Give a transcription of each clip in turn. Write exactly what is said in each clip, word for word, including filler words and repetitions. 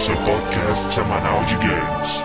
seu podcast semanal de games.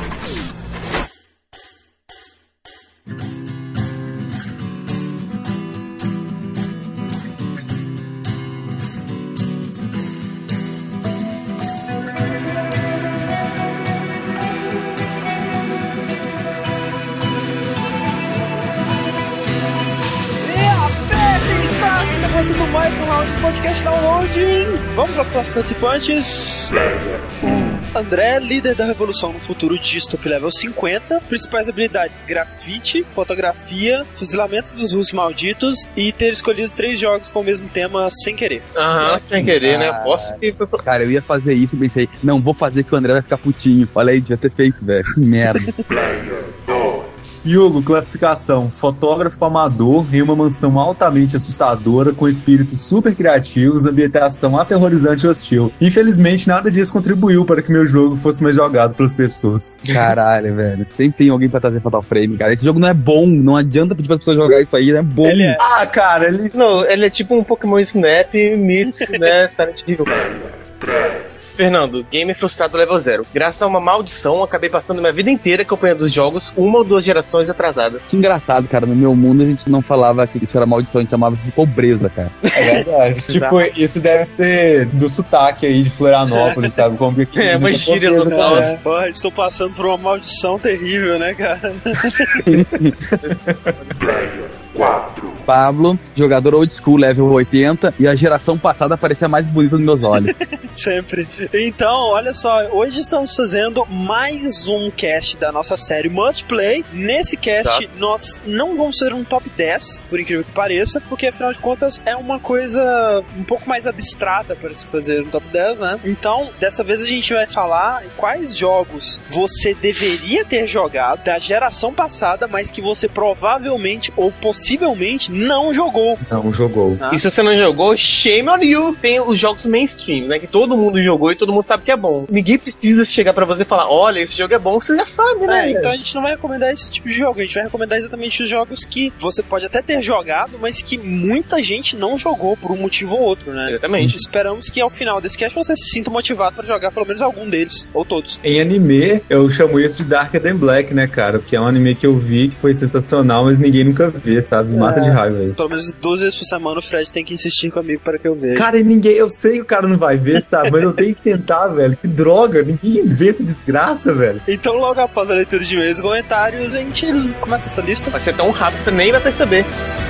Começando mais um round de podcast downloading. Vamos lá para os participantes. André, líder da revolução no futuro Dystop level cinquenta. Principais habilidades: grafite, fotografia, fuzilamento dos russos malditos e ter escolhido três jogos com o mesmo tema sem querer. Aham, uhum, sem querer, ah, né? Posso ir pro... Cara, eu ia fazer isso e pensei, não, vou fazer que o André vai ficar putinho. Olha aí, devia ter feito, velho. Que merda. Hugo, classificação: fotógrafo amador em uma mansão altamente assustadora, com espíritos super criativos, ambientação aterrorizante e hostil. Infelizmente, nada disso contribuiu para que meu jogo fosse mais jogado pelas pessoas. Caralho, velho. Sempre tem alguém pra trazer Fatal Frame, cara. Esse jogo não é bom, não adianta pedir para pessoas jogar isso aí, não é bom. Ele é... Ah, cara, ele... Não, ele é tipo um Pokémon Snap meets, né, Silent Hill. Fernando, gamer frustrado level zero. Graças a uma maldição, acabei passando minha vida inteira acompanhando os jogos uma ou duas gerações atrasadas. Que engraçado, cara. No meu mundo a gente não falava que isso era maldição, a gente chamava isso de pobreza, cara. É verdade. Tipo, isso deve ser do sotaque aí de Florianópolis, sabe? Como que é, uma gíria local. É. Pô, estou passando por uma maldição terrível, né, cara? quatro. Pablo, jogador old school, level oitenta, e a geração passada parecia mais bonita nos meus olhos. Sempre. Então, olha só, hoje estamos fazendo mais um cast da nossa série Must Play. Nesse cast, tá. Nós não vamos ser um top dez, por incrível que pareça, porque afinal de contas é uma coisa um pouco mais abstrata para se fazer um top dez, né? Então, dessa vez a gente vai falar quais jogos você deveria ter jogado da geração passada, mas que você provavelmente ou possivelmente não jogou. Não jogou. Ah. E se você não jogou, shame on you. Tem os jogos mainstream, né? Que todo mundo jogou e todo mundo sabe que é bom. Ninguém precisa chegar pra você e falar, olha, esse jogo é bom, você já sabe, né? É, então a gente não vai recomendar esse tipo de jogo. A gente vai recomendar exatamente os jogos que você pode até ter jogado, mas que muita gente não jogou por um motivo ou outro, né? Exatamente. Esperamos que ao final desse cast você se sinta motivado pra jogar pelo menos algum deles, ou todos. Em anime, eu chamo isso de Darker Than Black, né, cara? Porque é um anime que eu vi, que foi sensacional, mas ninguém nunca vê, sabe? Mata é. de raiva isso. Pelo menos duas vezes por semana o Fred tem que insistir comigo para que eu veja. Cara, e ninguém... Eu sei que o cara não vai ver, sabe? Mas eu tenho que tentar, velho. Que droga. Ninguém vê essa desgraça, velho. Então, logo após a leitura de e-mails e comentários, a gente começa essa lista. Vai ser tão rápido que nem vai perceber.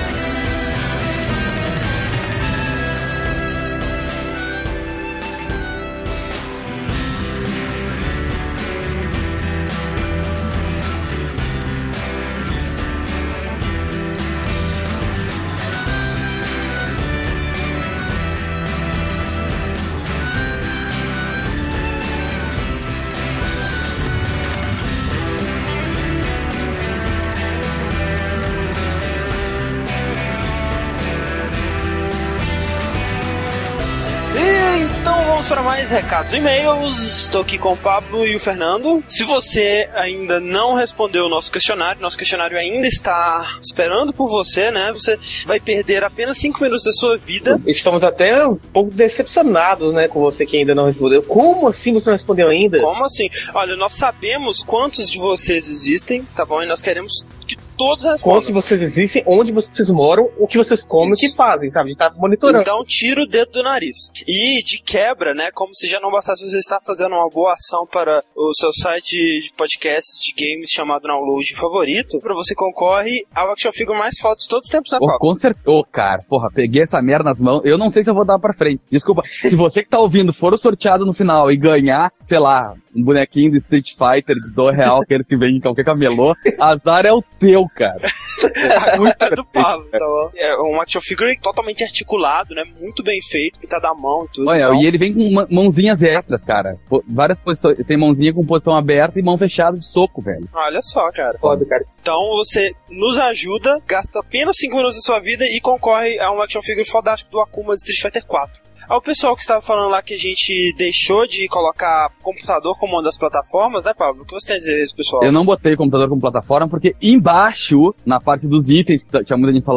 Para mais recados e e-mails, estou aqui com o Pablo e o Fernando. Se você ainda não respondeu o nosso questionário, nosso questionário ainda está esperando por você, né? Você vai perder apenas cinco minutos da sua vida. Estamos até um pouco decepcionados, né, com você que ainda não respondeu. Como assim você não respondeu ainda? Como assim? Olha, nós sabemos quantos de vocês existem, tá bom? E nós queremos que todos respondam. Quantos vocês existem, onde vocês moram, o que vocês comem, Isso. o que fazem, sabe? A gente tá monitorando. Então tira o dedo do nariz. E de quebra, né, como se já não bastasse você estar fazendo uma boa ação para o seu site de podcast de games chamado Download Favorito, pra você concorre ao action figure mais foda de todos os tempos, né, Paulo? Oh, com certeza. Ô, oh, cara, porra, peguei essa merda nas mãos, eu não sei se eu vou dar pra frente. Desculpa, se você que tá ouvindo for o sorteado no final e ganhar, sei lá, um bonequinho do Street Fighter de dois real, aqueles que vêm em qualquer camelô, azar é o teu, cara. Muito é do Pablo, tá bom? É um action figure totalmente articulado, né? Muito bem feito, que tá da mão e tudo. Olha, então. E ele vem com mãozinhas extras, cara. Várias posições. Tem mãozinha com posição aberta e mão fechada de soco, velho. Olha só, cara. Foda, cara. Então você nos ajuda, gasta apenas cinco minutos da sua vida e concorre a um action figure fodástico do Akuma de Street Fighter quatro. Ao pessoal que estava falando lá que a gente deixou de colocar computador como uma das plataformas, né, Pablo? O que você tem a dizer isso, pessoal? Eu não botei computador como plataforma porque embaixo, na parte dos itens, que tinha muita gente falando que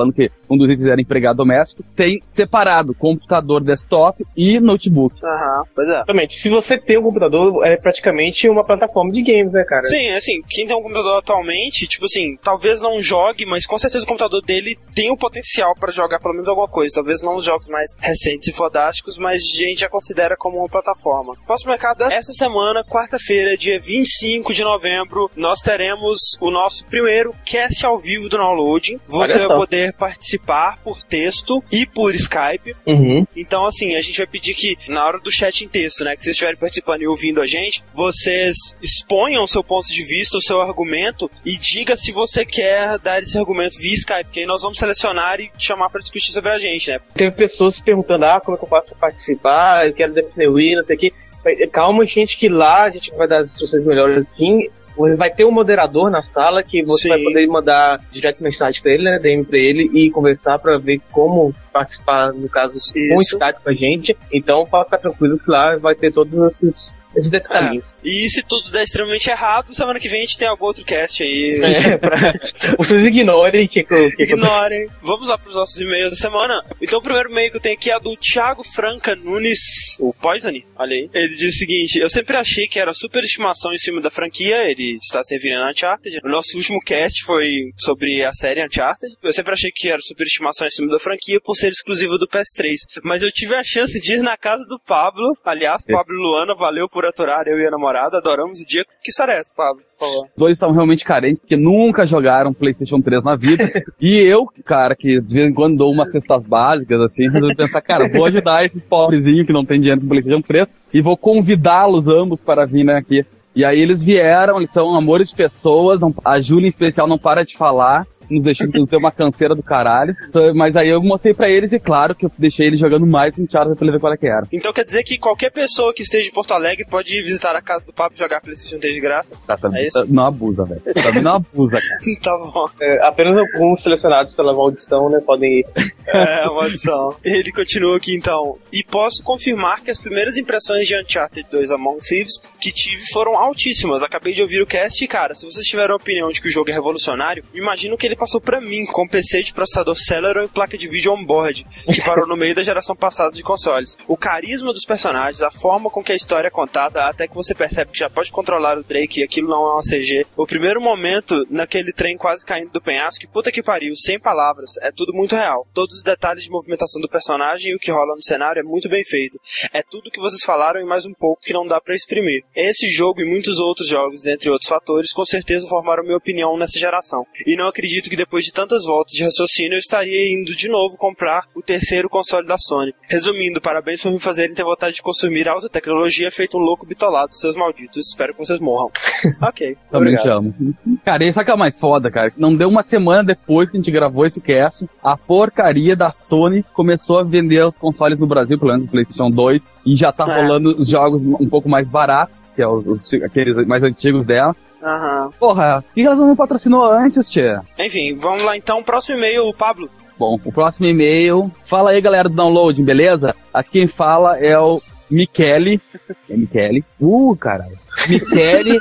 um dos itens era empregado doméstico, tem separado computador desktop e notebook. Aham, pois é. Exatamente. Se você tem um computador, é praticamente uma plataforma de games, né, cara? Sim, assim, quem tem um computador atualmente, tipo assim, talvez não jogue, mas com certeza o computador dele tem o potencial para jogar pelo menos alguma coisa. Talvez não os jogos mais recentes e fodásticos, mas a gente já considera como uma plataforma. Próximo mercado, essa semana, quarta-feira, dia vinte e cinco de novembro, nós teremos o nosso primeiro cast ao vivo do Downloading. Você vai poder participar por texto e por Skype. Uhum. Então, assim, a gente vai pedir que, na hora do chat em texto, né, que vocês estiverem participando e ouvindo a gente, vocês exponham o seu ponto de vista, o seu argumento, e diga se você quer dar esse argumento via Skype, porque aí nós vamos selecionar e chamar para discutir sobre a gente, né? Tem pessoas se perguntando, ah, como é que eu faço pra participar, eu quero defender o Wii, não sei o que. Calma, gente, que lá a gente vai dar as instruções melhores assim. Vai ter um moderador na sala que você Sim. vai poder mandar direto mensagem pra ele, né, D M pra ele, e conversar pra ver como participar, no caso, Isso. com o Skype com a gente. Então, para ficar tranquilos que lá vai ter todos esses, esses detalhinhos. É. E se tudo der extremamente errado, semana que vem a gente tem algum outro cast aí. É, pra... Vocês ignorem que, que, que Ignorem. Vamos lá pros nossos e-mails da semana. Então, o primeiro e-mail que eu tenho aqui é do Thiago Franca Nunes, o Poison, olha aí. Ele diz o seguinte: eu sempre achei que era superestimação em cima da franquia, ele está servindo na Uncharted. O nosso último cast foi sobre a série Uncharted. Eu sempre achei que era superestimação em cima da franquia por ser exclusivo do P S três. Mas eu tive a chance de ir na casa do Pablo. Aliás, Pablo e Luana, valeu por aturar eu e a namorada. Adoramos o dia. Que história é essa, Pablo? Os dois estavam realmente carentes, porque nunca jogaram PlayStation três na vida. E eu, cara, que de vez em quando dou umas cestas básicas, assim, resolvi pensar, cara, vou ajudar esses pobrezinhos que não tem dinheiro com PlayStation três e vou convidá-los ambos para vir aqui. E aí eles vieram, eles são amores de pessoas, não, a Júlia em especial não para de falar, nos deixando ter uma canseira do caralho. Mas aí eu mostrei pra eles e claro que eu deixei eles jogando mais no Charter pra ele ver qual é que era. Então quer dizer que qualquer pessoa que esteja em Porto Alegre pode ir visitar a casa do Pablo e jogar PlayStation três de graça? Tá, tá, é isso? Não abusa, velho. Também não abusa, cara. Tá bom. É, apenas alguns selecionados pela maldição, né, podem ir. É, a maldição. Ele continua aqui então. E posso confirmar que as primeiras impressões de Uncharted dois Among Thieves que tive foram altíssimas. Acabei de ouvir o cast e, cara, se vocês tiveram a opinião de que o jogo é revolucionário, imagino que ele passou pra mim, com P C de processador Celeron e placa de vídeo on-board, que parou no meio da geração passada de consoles. O carisma dos personagens, a forma com que a história é contada, até que você percebe que já pode controlar o Drake e aquilo não é uma C G. O primeiro momento, naquele trem quase caindo do penhasco, que puta que pariu, sem palavras, é tudo muito real. Todos os detalhes de movimentação do personagem e o que rola no cenário é muito bem feito. É tudo que vocês falaram e mais um pouco que não dá pra exprimir. Esse jogo e muitos outros jogos, dentre outros fatores, com certeza formaram minha opinião nessa geração. E não acredito que depois de tantas voltas de raciocínio eu estaria indo de novo comprar o terceiro console da Sony. Resumindo, parabéns por me fazerem ter vontade de consumir alta tecnologia feito um louco bitolado, seus malditos. Espero que vocês morram. Ok. Também te amo. Cara, e sabe o que é mais foda, cara? Não deu uma semana depois que a gente gravou esse cast, a porcaria da Sony começou a vender os consoles no Brasil, pelo menos o PlayStation dois, e já tá é. rolando os jogos um pouco mais baratos, que é os, os aqueles mais antigos dela. Aham. Uhum. Porra, por que elas não patrocinou antes, tia? Enfim, vamos lá então. Próximo e-mail, Pablo. Bom, o próximo e-mail. Fala aí, galera do Downloading, beleza? Aqui quem fala é o Michele. É Michele? Uh, caralho. Michele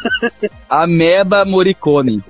Ameba Morricone.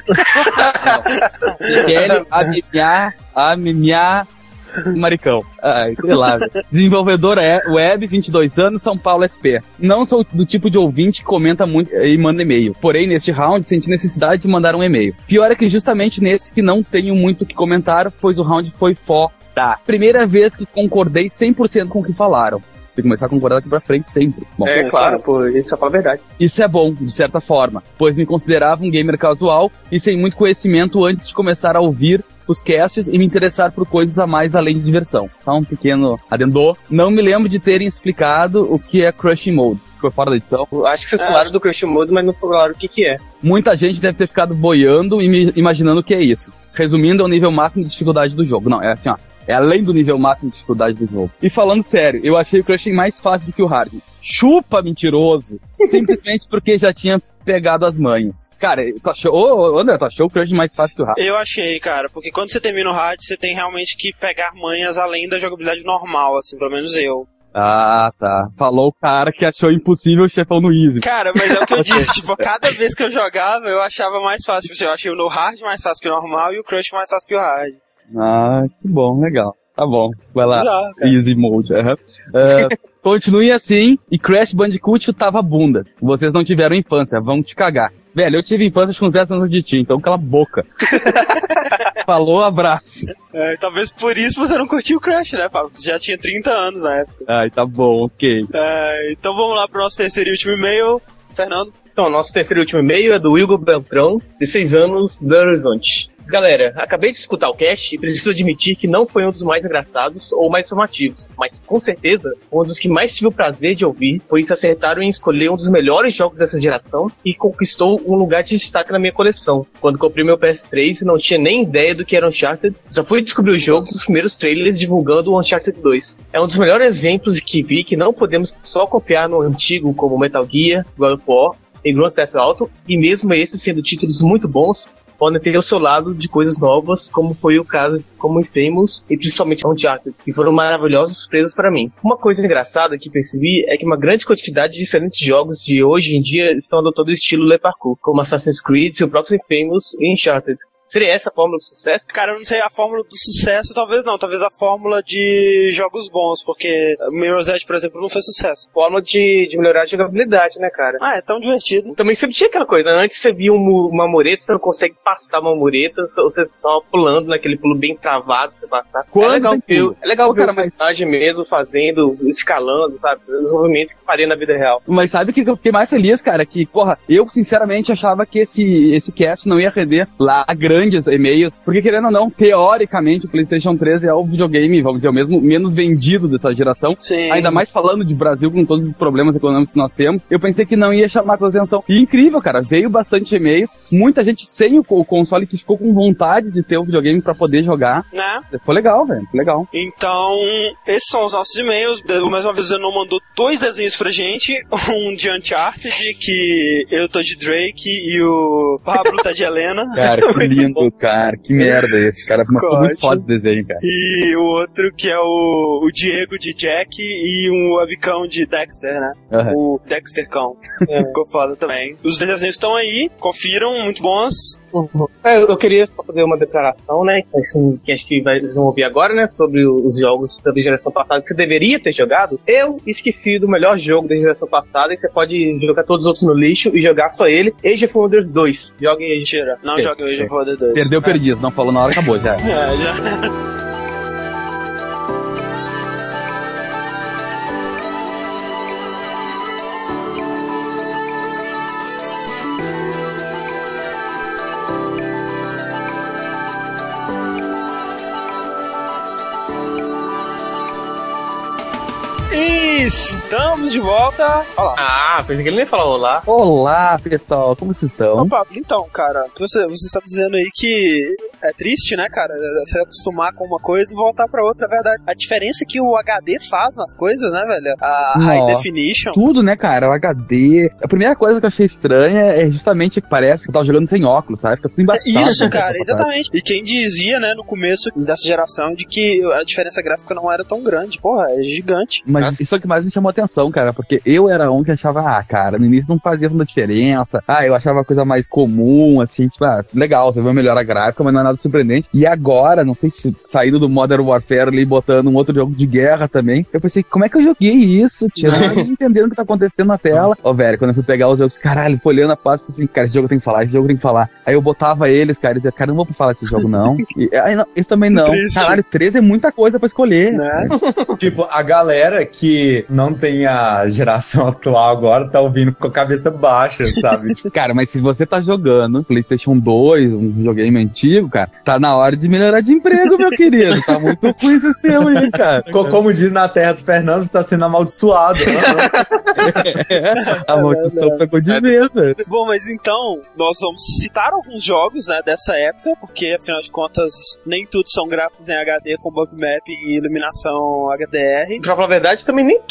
Michele Amemiá Amemiá Maricão. Ai, sei lá. Desenvolvedor web, vinte e dois anos, São Paulo S P. Não sou do tipo de ouvinte que comenta muito e manda e-mails. Porém, neste round, senti necessidade de mandar um e-mail. Pior é que justamente nesse que não tenho muito o que comentar, pois o round foi foda. Primeira vez que concordei cem por cento com o que falaram. Tem que começar a concordar aqui pra frente sempre. Bom, é, claro, pô, a gente só fala a verdade. Isso é bom, de certa forma, pois me considerava um gamer casual e sem muito conhecimento antes de começar a ouvir os casts e me interessar por coisas a mais além de diversão. Só um pequeno adendo. Não me lembro de terem explicado o que é Crushing Mode. Ficou fora da edição. Eu acho que vocês falaram do Crushing Mode, mas não falaram o que que é. Muita gente deve ter ficado boiando e me imaginando o que é isso. Resumindo, é o nível máximo de dificuldade do jogo. Não, é assim, ó. É além do nível máximo de dificuldade do jogo. E falando sério, eu achei o Crushing mais fácil do que o Hard. Chupa, mentiroso! Simplesmente porque já tinha pegado as manhas. Cara, tu achou, ô, André, tu achou o Crushing mais fácil que o Hard? Eu achei, cara, porque quando você termina o Hard, você tem realmente que pegar manhas além da jogabilidade normal, assim, pelo menos eu. Ah, tá. Falou o cara que achou impossível o chefão no Easy. Cara, mas é o que eu disse, tipo, cada vez que eu jogava, eu achava mais fácil. Tipo assim, eu achei o no Hard mais fácil que o normal e o Crush mais fácil que o Hard. Ah, que bom, legal. Tá bom, vai lá. Exato, Easy mode. Uhum. Uh, continue assim e Crash Bandicoot chutava bundas. Vocês não tiveram infância, vão te cagar. Velho, eu tive infância com dez anos de ti, então cala a boca. Falou, abraço. É, talvez por isso você não curtiu o Crash, né, Pablo? Você já tinha trinta anos na época. Ai, tá bom, ok. É, então vamos lá pro nosso terceiro e último e-mail. Fernando? Então, nosso terceiro e último e-mail é do Igor Beltrão, dezesseis anos, Belo Horizonte. Galera, acabei de escutar o cast e preciso admitir que não foi um dos mais engraçados ou mais informativos, mas com certeza um dos que mais tive o prazer de ouvir, pois acertaram em escolher um dos melhores jogos dessa geração e conquistou um lugar de destaque na minha coleção. Quando comprei meu P S três, não tinha nem ideia do que era Uncharted, só fui descobrir o jogo nos primeiros trailers divulgando o Uncharted dois. É um dos melhores exemplos que vi que não podemos só confiar no antigo como Metal Gear, God of War e Grand Theft Auto, e mesmo esses sendo títulos muito bons, podem ter o seu lado de coisas novas, como foi o caso como Infamous e principalmente Uncharted, que foram maravilhosas surpresas para mim. Uma coisa engraçada que percebi é que uma grande quantidade de excelentes jogos de hoje em dia estão adotando o estilo Le Parkour, como Assassin's Creed, seu próprio Infamous e Uncharted. Seria essa a fórmula do sucesso? Cara, eu não sei a fórmula do sucesso, talvez não. Talvez a fórmula de jogos bons, porque Mirror's Edge, por exemplo, não fez suceesso. Fórmula de, de melhorar a jogabilidade, né, cara? Ah, é tão divertido. Também sempre tinha aquela coisa, antes você via um, uma mureta, você não consegue passar uma mureta, você só pulando naquele pulo bem travado, você passar. Quando é legal ver, é legal Pô, ver cara, o mas- personagem mesmo fazendo, escalando, sabe? Os movimentos que faria na vida real. Mas sabe o que eu fiquei mais feliz, cara? Que, porra, eu sinceramente achava que esse, esse cast não ia render lá grandes e-mails, porque querendo ou não, teoricamente o PlayStation três é o videogame, vamos dizer, o mesmo menos vendido dessa geração. Sim. Ainda mais falando de Brasil com todos os problemas econômicos que nós temos, eu pensei que não ia chamar a atenção. E incrível, cara, veio bastante e-mail, muita gente sem o, o console que ficou com vontade de ter o videogame pra poder jogar. Né? Foi legal, velho, foi legal. Então, esses são os nossos e-mails. Mais uma vez, o Zenon mandou dois desenhos pra gente. Um de Uncharted, que eu tô de Drake e o Pablo tá de Helena. Cara, que lindo, cara, que merda esse, cara, ficou muito Ótimo. foda esse desenho, cara. E o outro que é o, o Diego de Jack e um webcam de Dexter, né? Aham. O Dexter Cão. Ficou foda também. Os desenhos estão aí, confiram, muito bons. É, eu eu queria só fazer uma declaração, né? Isso que acho que vai, vocês vão ouvir agora, né? Sobre o- os jogos da geração passada que você deveria ter jogado. Eu esqueci do melhor jogo da geração passada e você pode jogar todos os outros no lixo e jogar só ele. Age of Wonders dois. Joguem Age. Mentira, não É, joga hoje, é. eu vou D dois. Perdeu, perdido, não falou na hora, acabou já. É, já. Estamos de volta. Olha lá. Ah, pensei que ele nem ia falar olá. Olá, pessoal, como vocês Então, estão? Pablo, então, cara, você, você está dizendo aí que é triste, né, cara? Você acostumar com uma coisa e voltar pra outra, é verdade. A diferença que o H D faz nas coisas, né, velho? A High Nossa. Definition. Tudo, né, cara? O H D. A primeira coisa que eu achei estranha é justamente que parece que eu tava jogando sem óculos, sabe? Fica tudo embaçado. Isso, né, cara, essa exatamente. E quem dizia, né, no começo dessa geração, de que a diferença gráfica não era tão grande. Porra, é gigante. Mas isso é o que mais me chamou atenção, cara, porque eu era um que achava, ah, cara, no início não fazia tanta diferença, ah, eu achava a coisa mais comum, assim, tipo, ah, legal, você vai melhorar a gráfica, mas não é nada surpreendente. E agora, não sei se saindo do Modern Warfare ali, botando um outro jogo de guerra também, eu pensei, como é que eu joguei isso? Tirando, entendendo o que tá acontecendo na tela. Ó, velho, quando eu fui pegar os jogos, caralho, fui olhando a pasta, assim, cara, esse jogo tem que falar, esse jogo tem que falar. Aí eu botava eles, cara, e dizia, cara, não vou falar desse jogo, não. E, aí, não, esse também não. Triste. Caralho, treze é muita coisa pra escolher. Né? Tipo, a galera que não tem a geração atual agora tá ouvindo com a cabeça baixa, sabe? Tipo, Cara, mas se você tá jogando PlayStation dois, um videogame antigo, cara, tá na hora de melhorar de emprego, meu querido. Tá muito ruim esse sistema aí, cara. co- como diz na terra do Fernando, está sendo amaldiçoado. A maldição pegou de vez, velho. Bom, mas então, nós vamos citar alguns jogos, né, dessa época, porque afinal de contas, nem tudo são gráficos em H D com bump map e iluminação H D R. Pra falar a verdade, também nem tudo precisa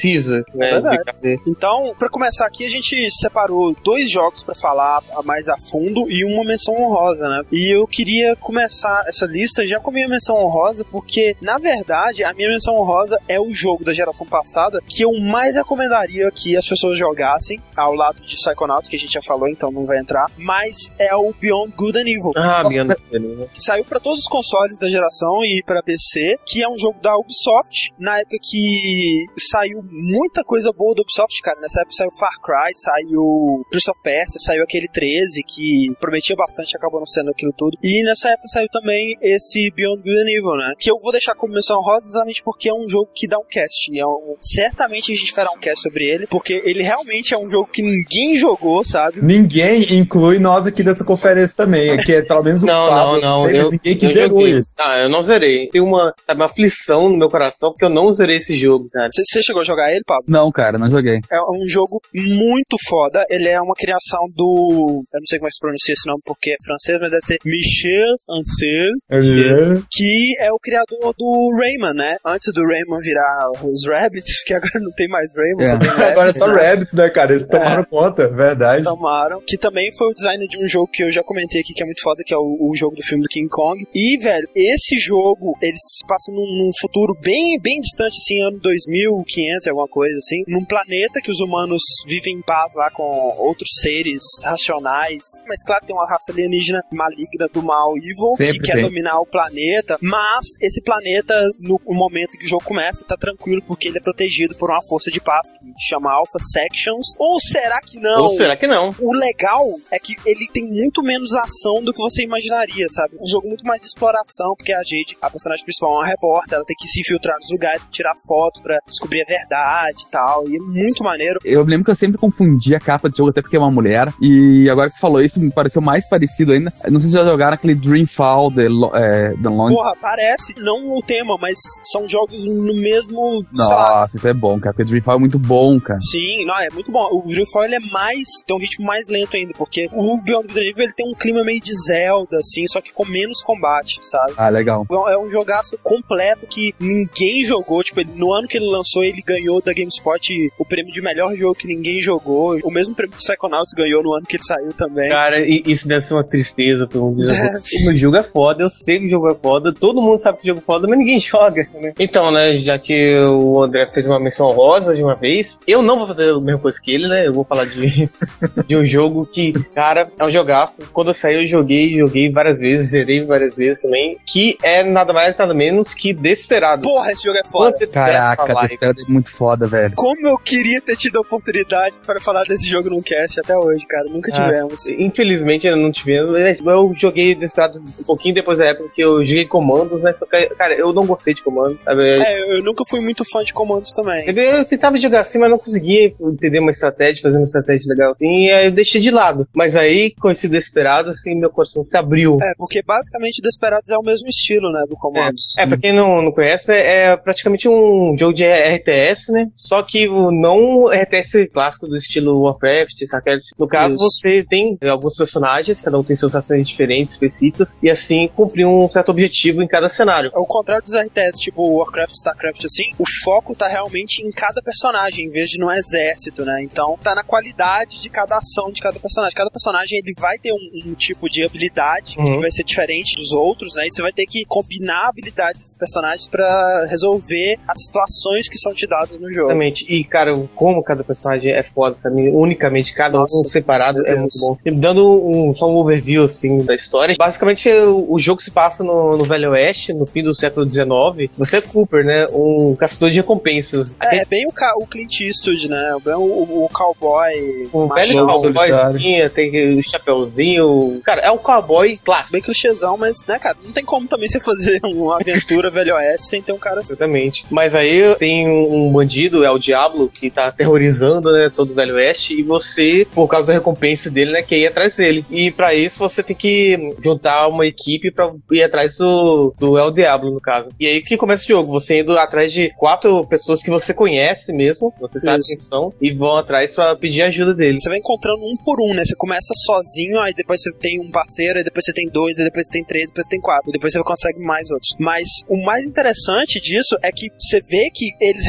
precisa, né? É então, pra começar aqui, a gente separou dois jogos pra falar mais a fundo e uma menção honrosa, né? E eu queria começar essa lista já com a minha menção honrosa, porque, na verdade, a minha menção honrosa é o jogo da geração passada que eu mais recomendaria que as pessoas jogassem, ao lado de Psychonauts, que a gente já falou, então não vai entrar, mas é o Beyond Good and Evil. Ah, Beyond Good and Evil. Que saiu pra todos os consoles da geração e pra P C, que é um jogo da Ubisoft, na época que saiu muita coisa boa da Ubisoft, cara. Nessa época saiu Far Cry, saiu Prince of Persia, saiu aquele treze, que prometia bastante, acabou não sendo aquilo tudo. E nessa época saiu também esse Beyond Good and Evil, né? Que eu vou deixar como menção rosa exatamente porque é um jogo que dá um cast. É um... Certamente a gente fará um cast sobre ele, porque ele realmente é um jogo que ninguém jogou, sabe? Ninguém, inclui nós aqui dessa conferência também, que é pelo menos o não, Pablo, não, não, sei, eu, ninguém que eu zerou joguei. ele. Ah, eu não zerei. Tem uma, sabe, uma aflição no meu coração porque eu não zerei esse jogo, cara. Você chegou a jogar ele, Pablo? Não, cara, não joguei. É um jogo muito foda. Ele é uma criação do... Eu não sei como é que se pronuncia esse nome porque é francês, mas deve ser Michel Ancel, É. que é o criador do Rayman, né? Antes do Rayman virar os Rabbids, que agora não tem mais Rayman, É. só tem Rabbids, Agora é só né? Rabbids, né, cara? Eles tomaram É. conta, verdade. Tomaram. Que também foi o design de um jogo que eu já comentei aqui, que é muito foda, que é o, o jogo do filme do King Kong. E, velho, esse jogo, eles se passam num, num futuro bem, bem distante, assim, ano dois mil e quinhentos, alguma coisa assim, num planeta que os humanos vivem em paz lá com outros seres racionais. Mas, claro, tem uma raça alienígena maligna do mal, Evil, Sempre que quer tem. dominar o planeta. Mas esse planeta, no momento que o jogo começa, tá tranquilo, porque ele é protegido por uma força de paz que chama Alpha Sections. Ou será que não? Ou será que não? O legal é que ele tem muito menos ação do que você imaginaria, sabe? Um jogo muito mais de exploração, porque a Jade, a personagem principal, é uma repórter, ela tem que se infiltrar nos lugares, tirar fotos pra descobrir a verdade e tal, e é muito maneiro. Eu lembro que eu sempre confundi a capa desse jogo, até porque é uma mulher, e agora que você falou isso, me pareceu mais parecido ainda. Não sei se já jogaram aquele Dreamfall, The, Lo- é, The Long... Porra, parece, não o tema, mas são jogos no mesmo... sei lá. Nossa, isso é bom, cara, porque Dreamfall é muito bom, cara. Sim, não, é muito bom. O Dreamfall, ele é mais... tem um ritmo mais lento ainda, porque o Beyond Good and Evil, ele tem um clima meio de Zelda, assim, só que com menos combate, sabe? Ah, legal. É um jogaço completo que ninguém jogou. Tipo, ele, no ano que ele lançou, ele ganhou da GameSpot o prêmio de melhor jogo que ninguém jogou. O mesmo prêmio que o Psychonauts ganhou no ano que ele saiu também. Cara, e- isso deve ser uma tristeza pra um O meu jogo é foda, eu sei que o jogo é foda, todo mundo sabe que o jogo é foda, mas ninguém joga, né? Então, né, já que o André fez uma menção rosa de uma vez, eu não vou fazer a mesma coisa que ele, né? Eu vou falar de, de um jogo que, cara, é um jogaço. Quando eu saí, eu joguei, joguei várias vezes, zerei várias vezes também, que é nada mais, nada menos que Desperado. Porra, esse jogo é foda. Caraca, Desperado é muito foda, velho. Como eu queria ter tido a oportunidade para falar desse jogo num cast até hoje, cara. Nunca Ah, tivemos. Infelizmente eu não tivemos. Eu joguei Desperado um pouquinho depois da época que eu joguei Comandos, né? Só que, cara, eu não gostei de Comandos, sabe? É, eu nunca fui muito fã de comandos também. Eu tentava jogar assim, mas não conseguia entender uma estratégia, fazer uma estratégia legal assim, e aí eu deixei de lado. Mas aí, com esse Desperado, assim, meu coração se abriu. É, porque basicamente Desperados é o mesmo estilo, né, do Comandos. É, pra quem não, não conhece, é praticamente um jogo de R T S, né? Só que o não R T S clássico do estilo Warcraft, StarCraft. No caso, Isso. você tem alguns personagens, cada um tem suas ações diferentes, específicas, e assim cumprir um certo objetivo em cada cenário. Ao contrário dos R T S, tipo Warcraft, StarCraft, assim, o foco tá realmente em cada personagem, em vez de no exército, né? Então, tá na qualidade de cada ação de cada personagem. Cada personagem, ele vai ter um, um tipo de habilidade Uhum. que vai ser diferente dos outros, né? E você vai ter que combinar a habilidade desses personagens pra resolver as situações que são te dadas no jogo. Exatamente. E, cara, como cada personagem é foda, sabe? Unicamente, cada Nossa, um separado meu é Deus. muito bom. E dando um, só um overview, assim, da história. Basicamente, o, o jogo se passa no, no Velho Oeste, no fim do século dezenove. Você é Cooper, né? Um caçador de recompensas. É, é bem o, ca- o Clint Eastwood, né? Bem o, o, o cowboy Um machão. velho cowboy, solitário. assim, tem o chapeuzinho. Cara, é um cowboy clássico. Bem clichêzão, mas, né, cara, não tem como também você fazer uma aventura Velho Oeste sem ter um cara assim. Exatamente. Mas aí tem um bandido, é o Diablo, que tá aterrorizando, né, todo o Velho Oeste, e você, por causa da recompensa dele, né, quer ir atrás dele. E pra isso você tem que juntar uma equipe pra ir atrás do, do El Diablo, no caso. E aí que começa o jogo, você indo atrás de quatro pessoas que você conhece mesmo, você sabe Isso. quem são, e vão atrás pra pedir ajuda deles. Você vai encontrando um por um, né? Você começa sozinho, aí depois você tem um parceiro, aí depois você tem dois, aí depois você tem três, depois você tem quatro, e depois você consegue mais outros. Mas o mais interessante disso é que você vê que eles realmente se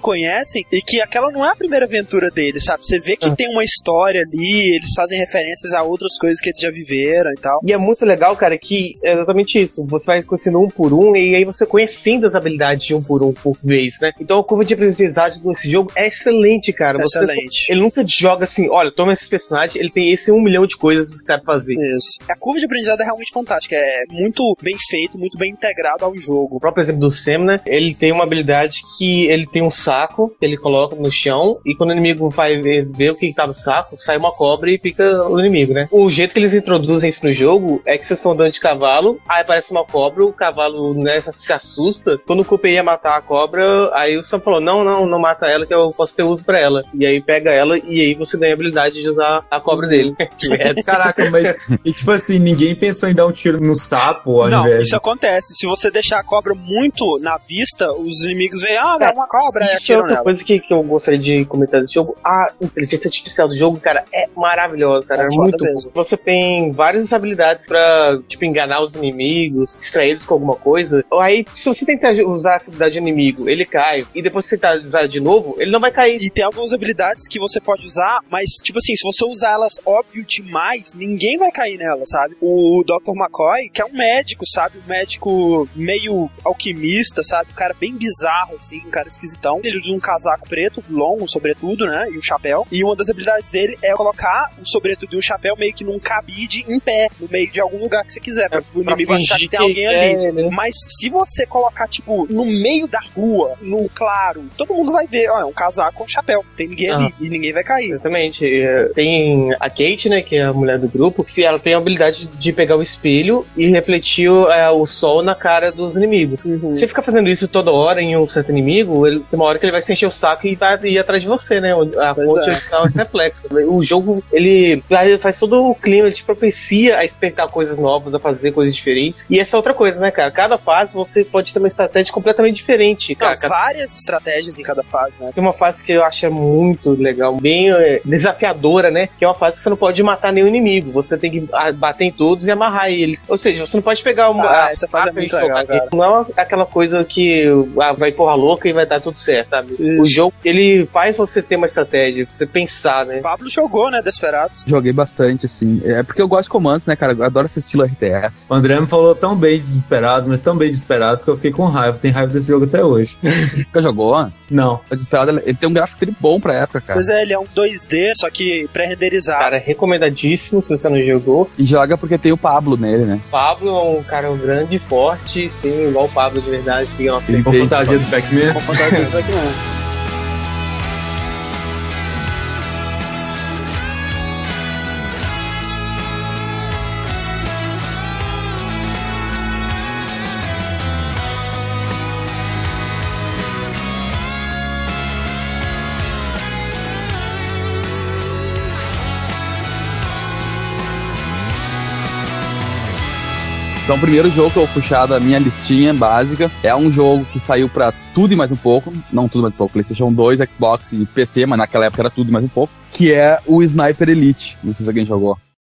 conhecem e que aquela não é a primeira aventura deles, sabe? Você vê que ah. tem uma história ali, eles fazem referências a outras coisas que eles já viveram e tal. E é muito legal, cara, que é exatamente isso. Você vai conhecendo um por um e aí você conhecendo as habilidades de um por um por vez, né? Então a curva de aprendizagem desse jogo é excelente, cara. Você, excelente. Ele nunca te joga assim, olha, toma esses personagens, ele tem esse um milhão de coisas que você sabe fazer. Isso. A curva de aprendizado é realmente fantástica, é muito bem feito, muito bem integrado ao jogo. O próprio exemplo do Sam, né? Ele tem uma habilidade que ele tem um saco que ele coloca no chão e quando o inimigo vai ver, ver o que tá no saco, sai uma cobra e fica o inimigo, né? O jeito que eles introduzem isso no jogo é que vocês estão andando de cavalo, aí aparece uma cobra, o cavalo, né, se assusta. Quando o Cooper ia matar a cobra, aí o Sam falou, não, não, não mata ela que eu posso ter uso pra ela. E aí pega ela e aí você ganha a habilidade de usar a cobra dele. Caraca, mas e, tipo assim, ninguém pensou em dar um tiro no sapo ao não, invés isso de... acontece. Se você deixar a cobra muito na vista, os inimigos veem, ah, é uma cobra. Isso é outra nela. Coisa que, que eu gostaria de comentar desse jogo. A inteligência artificial do jogo, cara, é maravilhosa, cara. É, é muito bom. Você tem várias habilidades pra, tipo, enganar os inimigos, distrair eles com alguma coisa. Aí, se você tentar usar essa habilidade de inimigo, ele cai. E depois você tentar usar de novo, ele não vai cair. E tem algumas habilidades que você pode usar, mas, tipo assim, se você usar elas óbvio demais, ninguém vai cair nela, sabe? O doutor McCoy, que é um médico, sabe? Um médico meio alquimista, sabe? Um cara bem bizarro, assim, um cara esquisitão. Ele usa um casaco preto, longo, sobretudo, né? E um chapéu. E uma das habilidades dele é colocar o sobretudo e o chapéu meio que num cabide em pé, no meio de algum lugar que você quiser, pra, é, o inimigo achar que tem alguém ali. É, né? Mas se você colocar, tipo, no meio da rua, no claro, todo mundo vai ver, ó, é um casaco com um chapéu. Tem ninguém ah. ali e ninguém vai cair. Exatamente. Tem a Kate, né, que é a mulher do grupo, que ela tem a habilidade de pegar o espelho e refletir é, o sol na cara dos inimigos. Uhum. Se você ficar fazendo isso toda hora em um certo inimigo, ele, tem uma hora que ele vai se encher o saco e vai ir atrás de você, né? A fonte é um reflexo. O jogo, ele faz todo o clima, ele te propicia a experimentar coisas novas, a fazer coisas diferentes. E essa é outra coisa, né, cara? Cada fase você pode ter uma estratégia completamente diferente. Cara. Não, várias estratégias em cada fase, né? Tem uma fase que eu acho muito legal, bem é, desafiadora, né? Que é uma fase que você não pode matar nenhum inimigo. Você tem que bater em todos e amarrar eles. Ou seja, você não pode pegar uma... Ah, essa fase é muito legal, cara. Não é aquela coisa que ah, vai porra louca e vai dar tudo certo, sabe? Isso. O jogo, ele faz você ter uma estratégia, você pensar, né? O Pablo jogou, né, Desperados? Joguei bastante, assim. É porque eu gosto de comandos, né, cara? Eu adoro esse estilo R T S. O André me falou tão bem de Desperados, mas tão bem de Desperados que eu fiquei com raiva. Tem raiva desse jogo até hoje. Você jogou? Não. O Desperado, ele tem um gráfico bom pra época, cara. Pois é, ele é um dois D, só que pré-renderizado. Cara, é recomendadíssimo se você não jogou. E joga porque tem o Pablo nele, né? Pablo é um cara grande e forte, sim, igual o Pablo de verdade. Que é Sim, com fantasia do Pac-Man. Com fantasia do Pac-Man. Então, o primeiro jogo que eu vou puxar da minha listinha básica é um jogo que saiu pra tudo e mais um pouco, não tudo e mais um pouco, PlayStation dois, Xbox e P C, mas naquela época era tudo e mais um pouco, que é o Sniper Elite. Não sei se alguém jogou.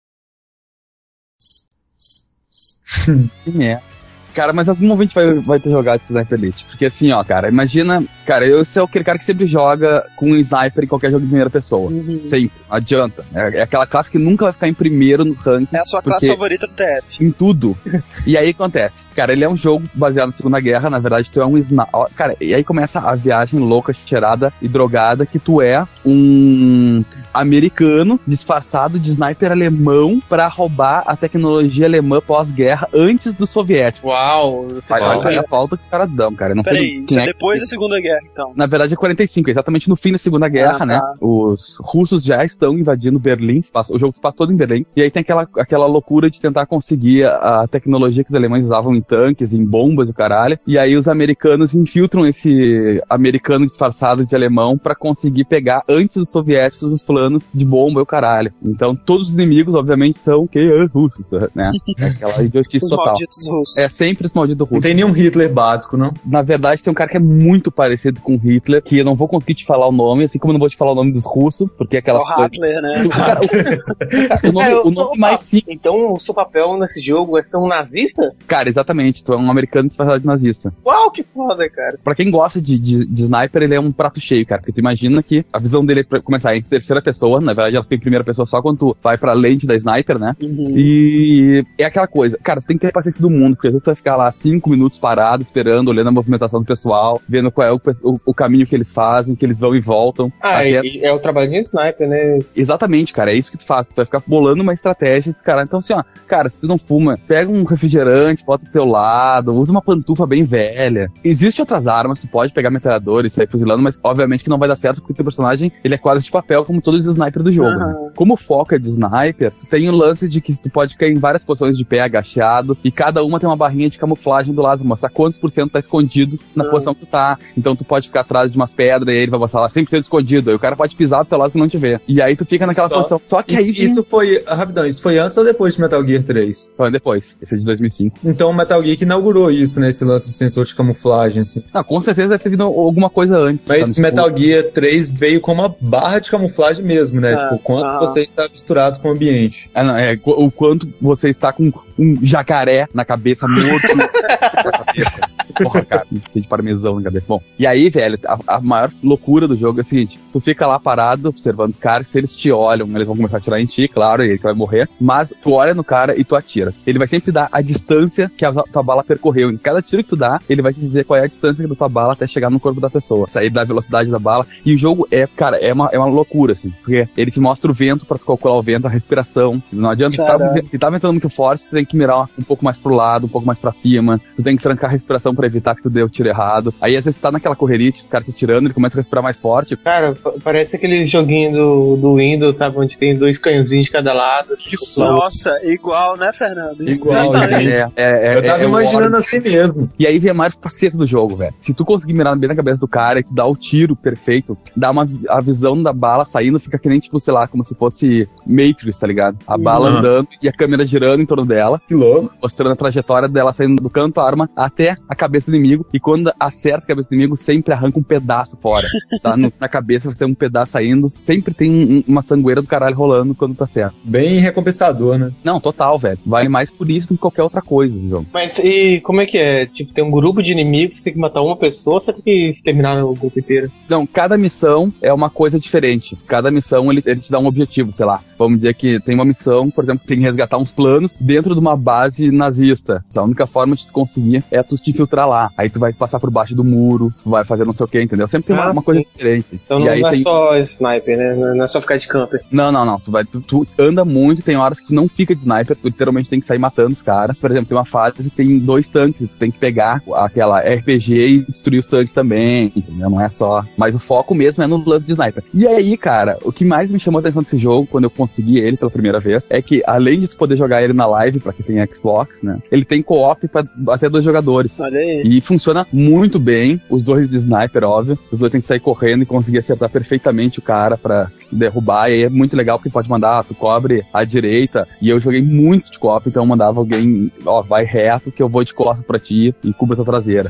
Quem é? Cara, mas algum momento vai, vai ter jogado esse Sniper Elite. Porque assim, ó, cara, imagina... Cara, eu sou aquele cara que sempre joga com um sniper em qualquer jogo de primeira pessoa. Uhum. Sempre. Não adianta. É, é aquela classe que nunca vai ficar em primeiro no ranking. É a sua classe favorita do T F. Em tudo. E aí acontece. Cara, ele é um jogo baseado na Segunda Guerra. Na verdade, tu é um sniper... Cara, e aí começa a viagem louca, cheirada e drogada, que tu é um americano disfarçado de sniper alemão pra roubar a tecnologia alemã pós-guerra antes do soviético. Uau! Você olha a falta que os caras dão, cara. Eu não Peraí, sei isso é é depois da Segunda Guerra, então? Na verdade é quarenta e cinco, exatamente no fim da Segunda Guerra, ah, né? Tá. Os russos já estão invadindo Berlim, o jogo se passa todo em Berlim, e aí tem aquela, aquela loucura de tentar conseguir a tecnologia que os alemães usavam em tanques, em bombas e o caralho, e aí os americanos infiltram esse americano disfarçado de alemão pra conseguir pegar antes dos soviéticos os planos de bomba e o caralho. Então todos os inimigos, obviamente, são que é, russos, né? É aquela idiotice os total. Malditos russos. É sempre os malditos russos. Não tem nenhum Hitler básico, não? Na verdade tem um cara que é muito parecido parecido com Hitler, que eu não vou conseguir te falar o nome, assim como eu não vou te falar o nome dos russos, porque aquelas o Hitler, né? O, cara, o, o nome, é, eu, o nome mais simples. Então o seu papel nesse jogo é ser um nazista? Cara, exatamente, tu é um americano disfarçado de nazista. Uau, que foda, cara. Pra quem gosta de, de, de sniper, ele é um prato cheio, cara, porque tu imagina que a visão dele é pra começar em terceira pessoa, na verdade ela fica em primeira pessoa só quando tu vai pra lente da sniper, né? Uhum. E é aquela coisa, cara, tu tem que ter paciência do mundo, porque às vezes tu vai ficar lá cinco minutos parado, esperando, olhando a movimentação do pessoal, vendo qual é o, o, o caminho que eles fazem, que eles vão e voltam. Ah, até... e é o trabalho de sniper, né? Exatamente, cara, é isso que tu faz, tu vai ficar bolando uma estratégia dos caras. Então assim, ó, cara, se tu não fuma, pega um refrigerante, bota do teu lado, usa uma pantufa bem velha. Existem outras armas, tu pode pegar metralhador e sair fuzilando, mas obviamente que não vai dar certo, porque o teu personagem, ele é quase de papel, como todos os snipers do jogo. Uhum. Né? Como o foco é de sniper, tu tem o lance de que tu pode ficar em várias posições de pé, agachado, e cada uma tem uma barrinha de camuflagem do lado, pra mostrar quantos por cento tá escondido na uhum. posição que tu tá. Então tu pode ficar atrás de umas pedras e aí ele vai mostrar lá cem por cento escondido, aí o cara pode pisar do teu lado que não te vê. E aí tu fica naquela Só, posição. Só que isso, aí... Isso foi... Rapidão, isso foi antes ou depois de Metal Gear três? Foi depois. Esse é de dois mil e cinco. Então o Metal Gear que inaugurou isso, né? Esse lance de sensor de camuflagem, assim. Não, com certeza deve ter vindo alguma coisa antes. Mas tá Metal Gear três veio com uma barra de camuflagem mesmo, né? Ah, tipo, o quanto ah. você está misturado com o ambiente. Ah, não, é o quanto você está com um jacaré na cabeça, morto na cabeça. Porra, cara, cheio de parmesão na cabeça. Bom, e aí, velho, a, a maior loucura do jogo é o seguinte: tu fica lá parado, observando os caras, se eles te olham, eles vão começar a atirar em ti, claro, e aí tu vai morrer, mas tu olha no cara e tu atira. Ele vai sempre dar a distância que a tua bala percorreu. Em cada tiro que tu dá, ele vai te dizer qual é a distância da tua bala até chegar no corpo da pessoa, sair da velocidade da bala. E o jogo é, cara, é uma, é uma loucura, assim, porque ele te mostra o vento pra tu calcular o vento, a respiração. Não adianta, se tá, se tá ventando muito forte, tu tem que mirar um pouco mais pro lado, um pouco mais pra cima, tu tem que trancar a respiração pra evitar que tu dê o tiro errado. Aí às vezes tá naquela correria, os caras te tirando, ele começa a respirar mais forte. Cara, parece aquele joguinho do, do Windows, sabe, onde tem dois canhãozinhos de cada lado. Isso, nossa, igual, né, Fernando? Igual, é, é, é, Eu tava é, imaginando é assim mesmo. E aí vem a maior faceta do jogo, velho. Se tu conseguir mirar bem na cabeça do cara e tu dá o tiro perfeito, dá uma, a visão da bala saindo, fica que nem, tipo, sei lá, como se fosse Matrix, tá ligado? A bala uhum. andando e a câmera girando em torno dela. Que louco. Mostrando a trajetória dela saindo do canto da arma até a cabeça do inimigo. E quando acerta a cabeça do inimigo, sempre arranca um pedaço fora. Tá no, na cabeça, você tem um pedaço saindo. Sempre tem um, uma sangueira do caralho rolando quando tá certo. Bem recompensador, né? Não, total, velho. Vale mais por isso do que qualquer outra coisa no jogo. Mas e como é que é? Tipo, tem um grupo de inimigos, você tem que matar uma pessoa, você tem que exterminar o grupo inteiro? Não, cada missão é uma coisa diferente. Cada missão, ele, ele te dá um objetivo, sei lá. Vamos dizer que tem uma missão, por exemplo, que tem que resgatar uns planos dentro de uma base nazista. A única forma de tu conseguir é tu te infiltrar lá. Aí tu vai passar por baixo do muro, tu vai fazer não sei o que, entendeu? Sempre tem uma, ah, uma coisa diferente. Então e não, aí não é tem... só sniper, né? Não é só ficar de camper. Não, não, não. Tu, vai, tu, tu anda muito, tem horas que tu não fica de sniper, tu literalmente tem que sair matando os caras. Por exemplo, tem uma fase que tem dois tanques, tu tem que pegar aquela R P G e destruir os tanques também, entendeu? Não é só... Mas o foco mesmo é no lance de sniper. E aí, cara, o que mais me chamou a atenção desse jogo, quando eu consegui ele pela primeira vez, é que além de tu poder jogar ele na live, pra quem tem Xbox, né? Ele tem co-op pra até dois jogadores. Olha aí. E funciona muito bem, os dois de sniper, óbvio. Os dois tem que sair correndo e conseguir acertar perfeitamente o cara pra derrubar, e aí é muito legal porque pode mandar, ah, tu cobre à direita, e eu joguei muito de copo, então eu mandava alguém, ó, vai reto que eu vou de costas pra ti e cubra tua traseira.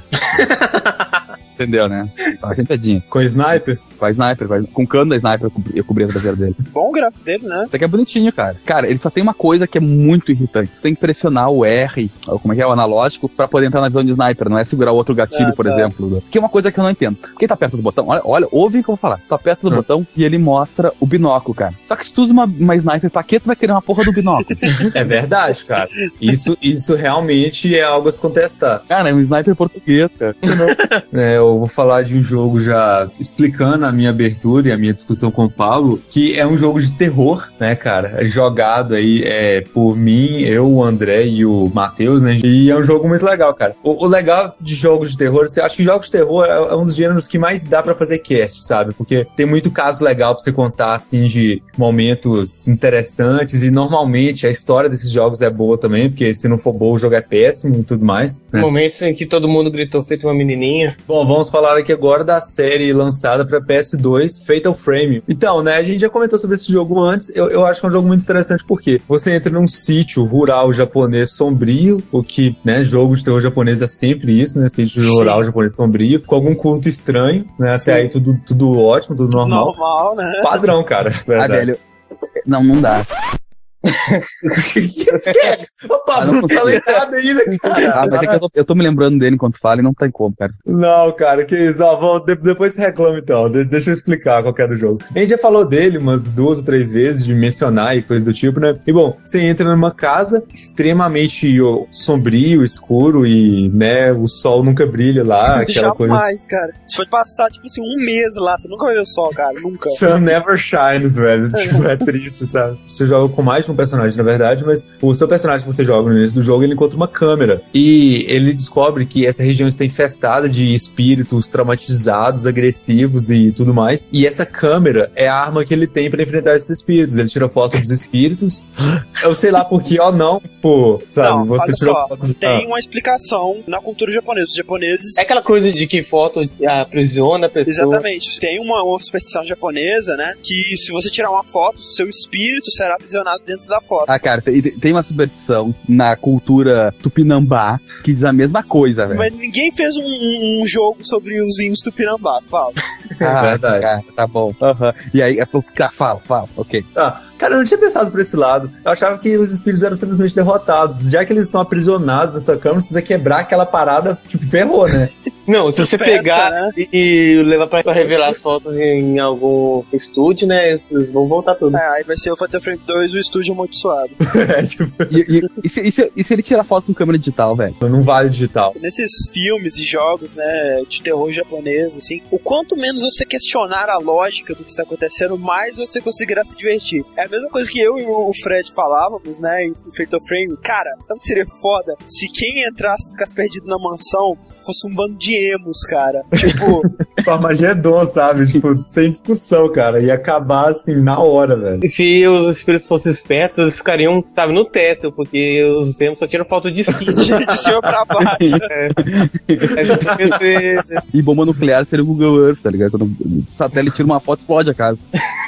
Entendeu, né? Tá sentadinho. Com sniper? Com a sniper, com o cano da sniper eu cobri, eu cobri a traseira dele. Bom o gráfico dele, né? Até que é bonitinho, cara. Cara, ele só tem uma coisa que é muito irritante. Tu tem que pressionar o R, ou como é que é, o analógico, pra poder entrar na visão de sniper, não é segurar o outro gatilho, ah, por tá. exemplo. Que é uma coisa que eu não entendo. Quem tá perto do botão, olha, olha, ouve o que eu vou falar. Tu aperta do hum. botão e ele mostra o binóculo, cara. Só que se tu usa uma, uma sniper, pra que tu vai querer uma porra do binóculo? É verdade, cara. Isso, isso realmente é algo a se contestar. Cara, é um sniper português, cara. É, eu vou falar de um jogo já explicando a minha abertura e a minha discussão com o Paulo, que é um jogo de terror, né, cara? É jogado aí é, por mim, eu, o André e o Matheus, né? E é um jogo muito legal, cara. O, o legal de jogos de terror, você acha que jogos de terror é, é um dos gêneros que mais dá pra fazer cast, sabe? Porque tem muito caso legal pra você contar, assim, de momentos interessantes, e normalmente a história desses jogos é boa também, porque se não for boa, o jogo é péssimo e tudo mais, né? Momentos em que todo mundo gritou feito uma menininha. Bom, vamos falar aqui agora da série lançada pra P P S dois, Fatal Frame. Então, né, a gente já comentou sobre esse jogo antes, eu, eu acho que é um jogo muito interessante porque você entra num sítio rural japonês sombrio, o que, né, jogo de terror japonês é sempre isso, né, sítio rural japonês sombrio, com algum culto estranho, né, Sim. até aí tudo, tudo ótimo, tudo normal. Normal, né? Padrão, cara. Ah, velho. Não, não dá. Opa, Ah, não não falei nada ainda, cara. Ah, mas é que eu tô, eu tô me lembrando dele enquanto fala e não tem como, cara. Não, cara, que isso. Ó, vou, de, depois você reclama então. De, deixa eu explicar qual que é do jogo. A gente já falou dele umas duas ou três vezes, de mencionar e coisa do tipo, né? E bom, você entra numa casa extremamente ó, sombrio, escuro e, né, o sol nunca brilha lá, aquela coisa. Jamais, cara. Se for passar, tipo assim, um mês lá, você nunca vai ver o sol, cara. Nunca. Sun never shines, velho. Tipo, é triste, sabe? Você joga com mais de um personagem, na verdade, mas o seu personagem que você joga no início do jogo, ele encontra uma câmera. E ele descobre que essa região está infestada de espíritos traumatizados, agressivos e tudo mais. E essa câmera é a arma que ele tem pra enfrentar esses espíritos. Ele tira foto dos espíritos. Eu sei lá por que, ó, não, pô, sabe? Não, você olha tirou só, foto do... tem ah. uma explicação na cultura japonesa. Os japoneses... É aquela coisa de que foto aprisiona a pessoa. Exatamente. Tem uma, uma superstição japonesa, né? Que se você tirar uma foto, seu espírito será aprisionado dentro da foto. Ah, cara, tem, tem uma superstição na cultura tupinambá que diz a mesma coisa, velho. Mas ninguém fez um, um, um jogo sobre os índios tupinambás, fala. Ah, verdade. Cara, tá bom. Uhum. E aí, fala, fala, ok. Ah, cara, eu não tinha pensado por esse lado. Eu achava que os espíritos eram simplesmente derrotados. Já que eles estão aprisionados nessa câmera, se você quebrar aquela parada, tipo, ferrou, né? Não, se você Peça, pegar né? e, e levar pra, pra revelar as fotos em, em algum estúdio, né, eles vão voltar tudo. É, aí vai ser o Fatal Frame dois, o estúdio amaldiçoado. É, tipo, E, e, e, se, e, se, e se ele tirar foto com câmera digital, velho? não vale digital. Nesses filmes e jogos, né, de terror japonês, assim, o quanto menos você questionar a lógica do que está acontecendo, mais você conseguirá se divertir. É a mesma coisa que eu e o Fred falávamos, né, em Fatal Frame. Cara, sabe o que seria foda? Se quem entrasse e ficasse perdido na mansão fosse um bando de emos, cara. Tipo... Armagedon, sabe? Tipo, sem discussão, cara. Ia acabar, assim, na hora, velho. E se os espíritos fossem espertos, eles ficariam, sabe, no teto, porque os emos só tiram foto de cima. de, de cima pra baixo. É. É, E bomba nuclear seria o Google Earth, tá ligado? Quando o satélite tira uma foto, explode a casa.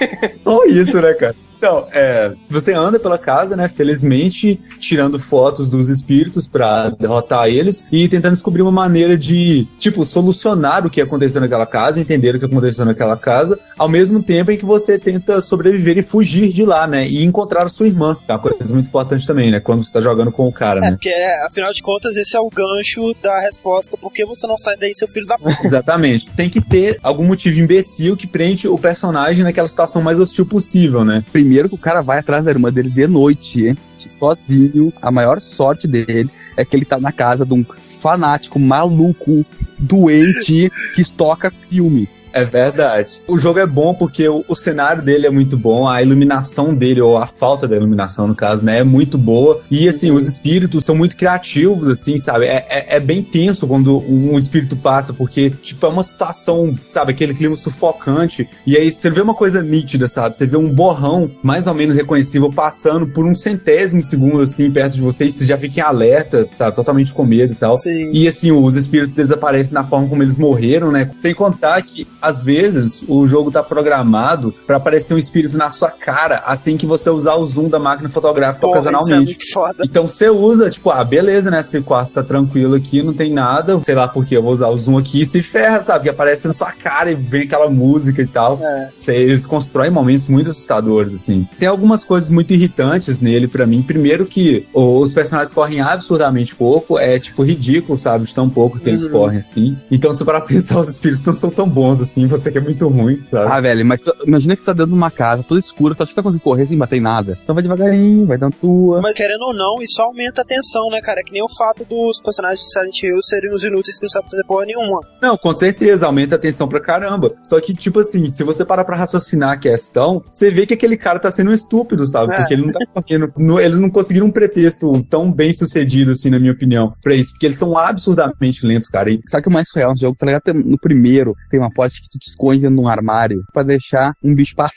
Só isso, né, cara? Então, é, você anda pela casa, né, felizmente, tirando fotos dos espíritos pra derrotar eles e tentando descobrir uma maneira de, tipo, solucionar o que aconteceu naquela casa, entender o que aconteceu naquela casa, ao mesmo tempo em que você tenta sobreviver e fugir de lá, né, e encontrar a sua irmã, que é uma coisa muito importante também, né, quando você tá jogando com o cara, É, né. porque, afinal de contas, esse é o gancho da resposta. Por que você não sai daí, seu filho da puta? Exatamente. Tem que ter algum motivo imbecil que prende o personagem naquela situação mais hostil possível, né. Primeiro que o cara vai atrás da irmã dele de noite, hein? Sozinho. A maior sorte dele é que ele tá na casa de um fanático, maluco, doente, que estoca filme. É verdade. O jogo é bom porque o, o cenário dele é muito bom, a iluminação dele, ou a falta da iluminação, no caso, né, é muito boa. E, assim, os espíritos são muito criativos, assim, sabe? É, é, é bem tenso quando um espírito passa, porque, tipo, é uma situação, sabe? Aquele clima sufocante. E aí você vê uma coisa nítida, sabe? Você vê um borrão, mais ou menos reconhecível, passando por um centésimo segundo, assim, perto de você, e você já fica em alerta, sabe? Totalmente com medo e tal. Sim. E, assim, os espíritos, eles aparecem na forma como eles morreram, né? Sem contar que às vezes o jogo tá programado pra aparecer um espírito na sua cara assim que você usar o zoom da máquina fotográfica Porra, isso é ocasionalmente. muito foda. Então você usa, tipo, ah, beleza, né? Esse quarto tá tranquilo aqui, não tem nada, sei lá por que eu vou usar o zoom aqui e se ferra, sabe? Que aparece na sua cara e vem aquela música e tal. É. Eles constroem momentos muito assustadores, assim. Tem algumas coisas muito irritantes nele pra mim. Primeiro que os personagens correm absurdamente pouco, é, tipo, ridículo, sabe? De tão pouco que eles Uhum. correm, assim. Então, se parar pra pensar, os espíritos não são tão bons, assim. Você que é muito ruim, sabe? Ah, velho, mas imagina que você tá dentro de uma casa toda escura, tu acha que tá conseguindo correr sem bater em nada. Então vai devagarinho, vai dando tua. Mas querendo ou não, isso aumenta a tensão, né, cara? É que nem o fato dos personagens de Silent Hill serem os inúteis que não sabem fazer porra nenhuma. Não, com certeza, aumenta a tensão pra caramba. Só que, tipo assim, se você parar pra raciocinar a questão, você vê que aquele cara tá sendo um estúpido, sabe? É. Porque ele não tá correndo. no- eles não conseguiram um pretexto tão bem sucedido, assim, na minha opinião, pra isso. Porque eles são absurdamente lentos, cara. E Sabe o que é o mais real no jogo? Tá ligado? Tem- No primeiro, tem uma porta que tu te esconde dentro de um armário pra deixar um bicho passar.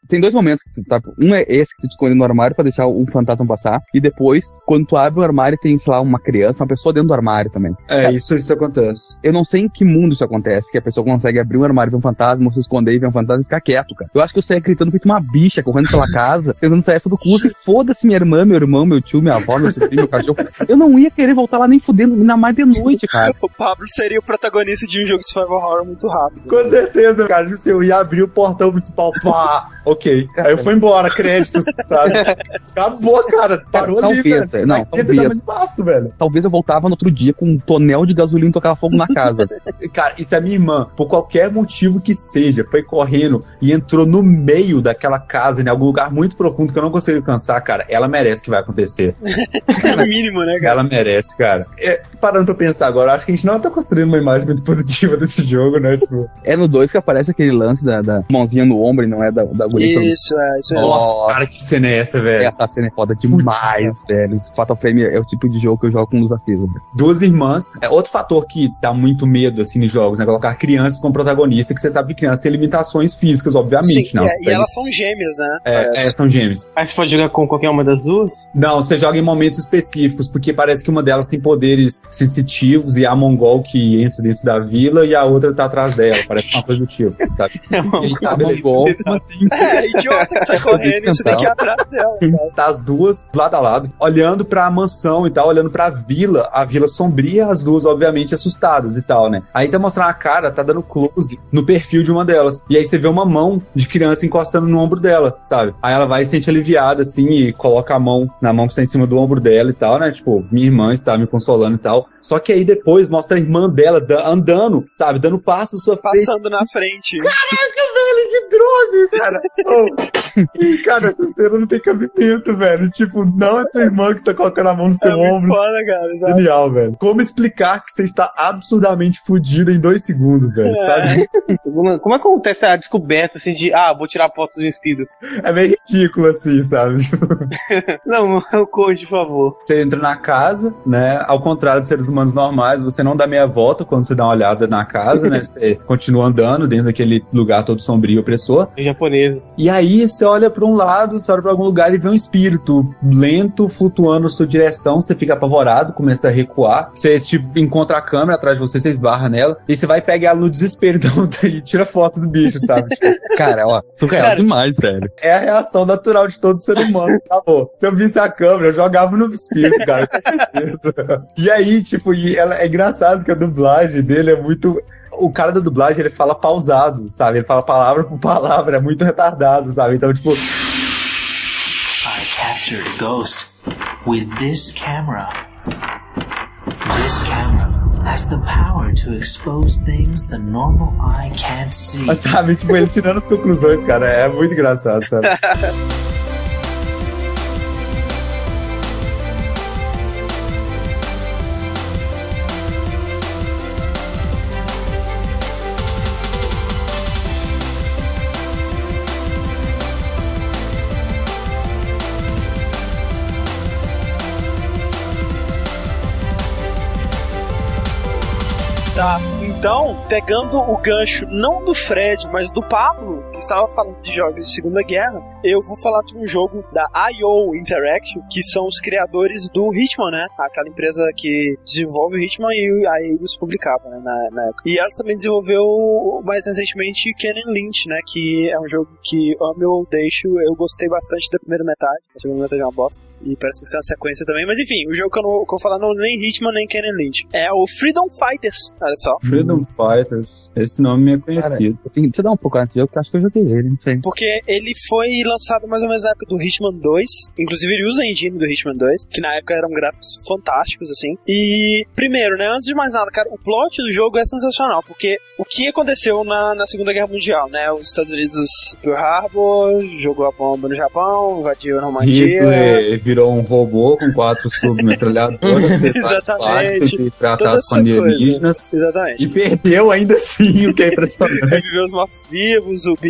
tem dois momentos que tu tá... Um é esse que tu te esconde no armário pra deixar um fantasma passar, e depois, quando tu abre o armário, tem, sei lá, uma criança, uma pessoa dentro do armário também. É, Cara, isso, isso acontece. eu não sei em que mundo isso acontece, que a pessoa consegue abrir um armário e ver um fantasma, ou se esconder e ver um fantasma e ficar quieto, cara. Eu acho que eu saia gritando feito uma bicha, correndo pela casa, tentando sair essa do curso, e foda-se minha irmã, meu irmão, meu tio, minha avó, meu sobrinho, meu cachorro. Eu não ia querer voltar lá nem fudendo, ainda mais de noite, cara. O Pablo seria o protagonista de um jogo de survival horror muito rápido. Com certeza, cara. Não sei, eu ia abrir o portão principal, pá, ok. Aí eu fui embora, créditos, sabe? Acabou, cara. Parou Talvez, ali, velho. velho. Não, Esse talvez. dá mais espaço, velho. Talvez eu voltava no outro dia com um tonel de gasolina e tocava fogo na casa. Cara, isso é minha irmã, por qualquer motivo que seja, foi correndo e entrou no meio daquela casa, em algum lugar muito profundo que eu não consigo alcançar, cara. Ela merece que vai acontecer. É o mínimo, né, cara? Ela merece, cara. É, parando pra pensar agora, acho que a gente não tá construindo uma imagem muito positiva desse jogo, né? Tipo... É no dois que aparece aquele lance da, da mãozinha no ombro e não é da, da guria. Isso, é, isso mesmo. Nossa, cara, que cena é essa, velho? É, a cena é foda demais, velho. Esse Fatal Frame é o tipo de jogo que eu jogo com luz acesa, velho. Duas irmãs. É outro fator que dá muito medo, assim, nos jogos, né? Colocar crianças como protagonista, que você sabe que crianças têm limitações físicas, obviamente, Sim, não. é, e elas são gêmeas, né? É, é, são gêmeas. Aí você pode jogar com qualquer uma das duas? Não, você joga em momentos específicos, porque parece que uma delas tem poderes sensitivos e a mongol que entra dentro da vila e a outra tá atrás dela. Parece uma coisa do tipo, sabe? É uma E aí, tá, A beleza. mongol, como assim? É, idiota que sai correndo e você tem que ir atrás dela, sabe? Tá as duas lado a lado, olhando pra mansão e tal, olhando pra vila, a vila sombria, as duas, obviamente, assustadas e tal, né? Aí tá mostrando a cara, tá dando close no perfil de uma delas. E aí você vê uma mão de criança encostando no ombro dela, sabe? Aí ela vai e se sente aliviada, assim, e coloca a mão na mão que está em cima do ombro dela e tal, né? Tipo, minha irmã está me consolando e tal. Só que aí depois mostra a irmã dela da- andando, sabe? Dando passo à sua frente. Passando na frente. Velho, que droga, cara. Oh, cara, essa cena não tem cabimento, velho. Tipo, não essa irmã que você tá colocando a mão no seu É muito ombro. foda, cara, sabe? Genial, velho. Como explicar que você está absurdamente fudido em dois segundos, velho? É. Sabe? Como, como acontece a descoberta assim de, ah, vou tirar foto do espírito? É meio ridículo assim, sabe? Não, eu conte, por favor. Você entra na casa, né? Ao contrário dos seres humanos normais, você não dá meia volta quando você dá uma olhada na casa, né? Você continua andando dentro daquele lugar todo sombrio e opressor. Os japoneses. E aí você olha pra um lado, você olha pra algum lugar e vê um espírito lento flutuando na sua direção, você fica apavorado, começa a recuar, você tipo, encontra a câmera atrás de você, você esbarra nela, e você vai pegar ela no desespero, então e tira foto do bicho, sabe? Cara, ó, surreal Cara, demais, velho. É a reação natural de todo ser humano, tá bom? Se eu visse a câmera, eu jogava no espírito, cara, com certeza. E aí, tipo, e ela, é engraçado que a dublagem dele é muito... O cara da dublagem, ele fala pausado, sabe? Ele fala palavra por palavra, é muito retardado, sabe? Então, tipo... I captured a ghost with this camera. This camera has the power to expose things the normal eye can't see. Mas, sabe? Tipo, ele tirando as conclusões, cara, é muito engraçado, sabe? Tá, então, pegando o gancho não do Fred, mas do Pablo, que estava falando de jogos de Segunda Guerra, eu vou falar de um jogo da I O Interactive, que são os criadores do Hitman, né? Aquela empresa que desenvolve o Hitman e a Eidos publicava, né? Na, na época. E ela também desenvolveu, mais recentemente, Ken and Lynch, né? Que é um jogo que amo ou deixo. Eu gostei bastante da primeira metade. A segunda metade é uma bosta. E parece que isso é uma sequência também. Mas enfim, o jogo que eu, não, que eu vou falar não é nem Hitman, nem Ken and Lynch. É o Freedom Fighters. Olha só. Freedom Fighters. Esse nome é conhecido. Cara, eu tenho, deixa eu dar um pouco antes de jogo, que eu acho que eu joguei ele, não sei. Porque ele foi lançado mais ou menos na época do Hitman dois. Inclusive ele usa a engine do Hitman dois, que na época eram gráficos fantásticos, assim. E, primeiro, né, antes de mais nada, cara, o plot do jogo é sensacional, porque o que aconteceu na, na Segunda Guerra Mundial, né? Os Estados Unidos Pearl Harbor, jogou a bomba no Japão, invadiu a Normandia. Hitler virou um robô com quatro submetralhadoras, peças plásticas e tratados com alienígenas. Exatamente. E perdeu ainda assim, o que é impressionante. Reviveu os mortos-vivos, o B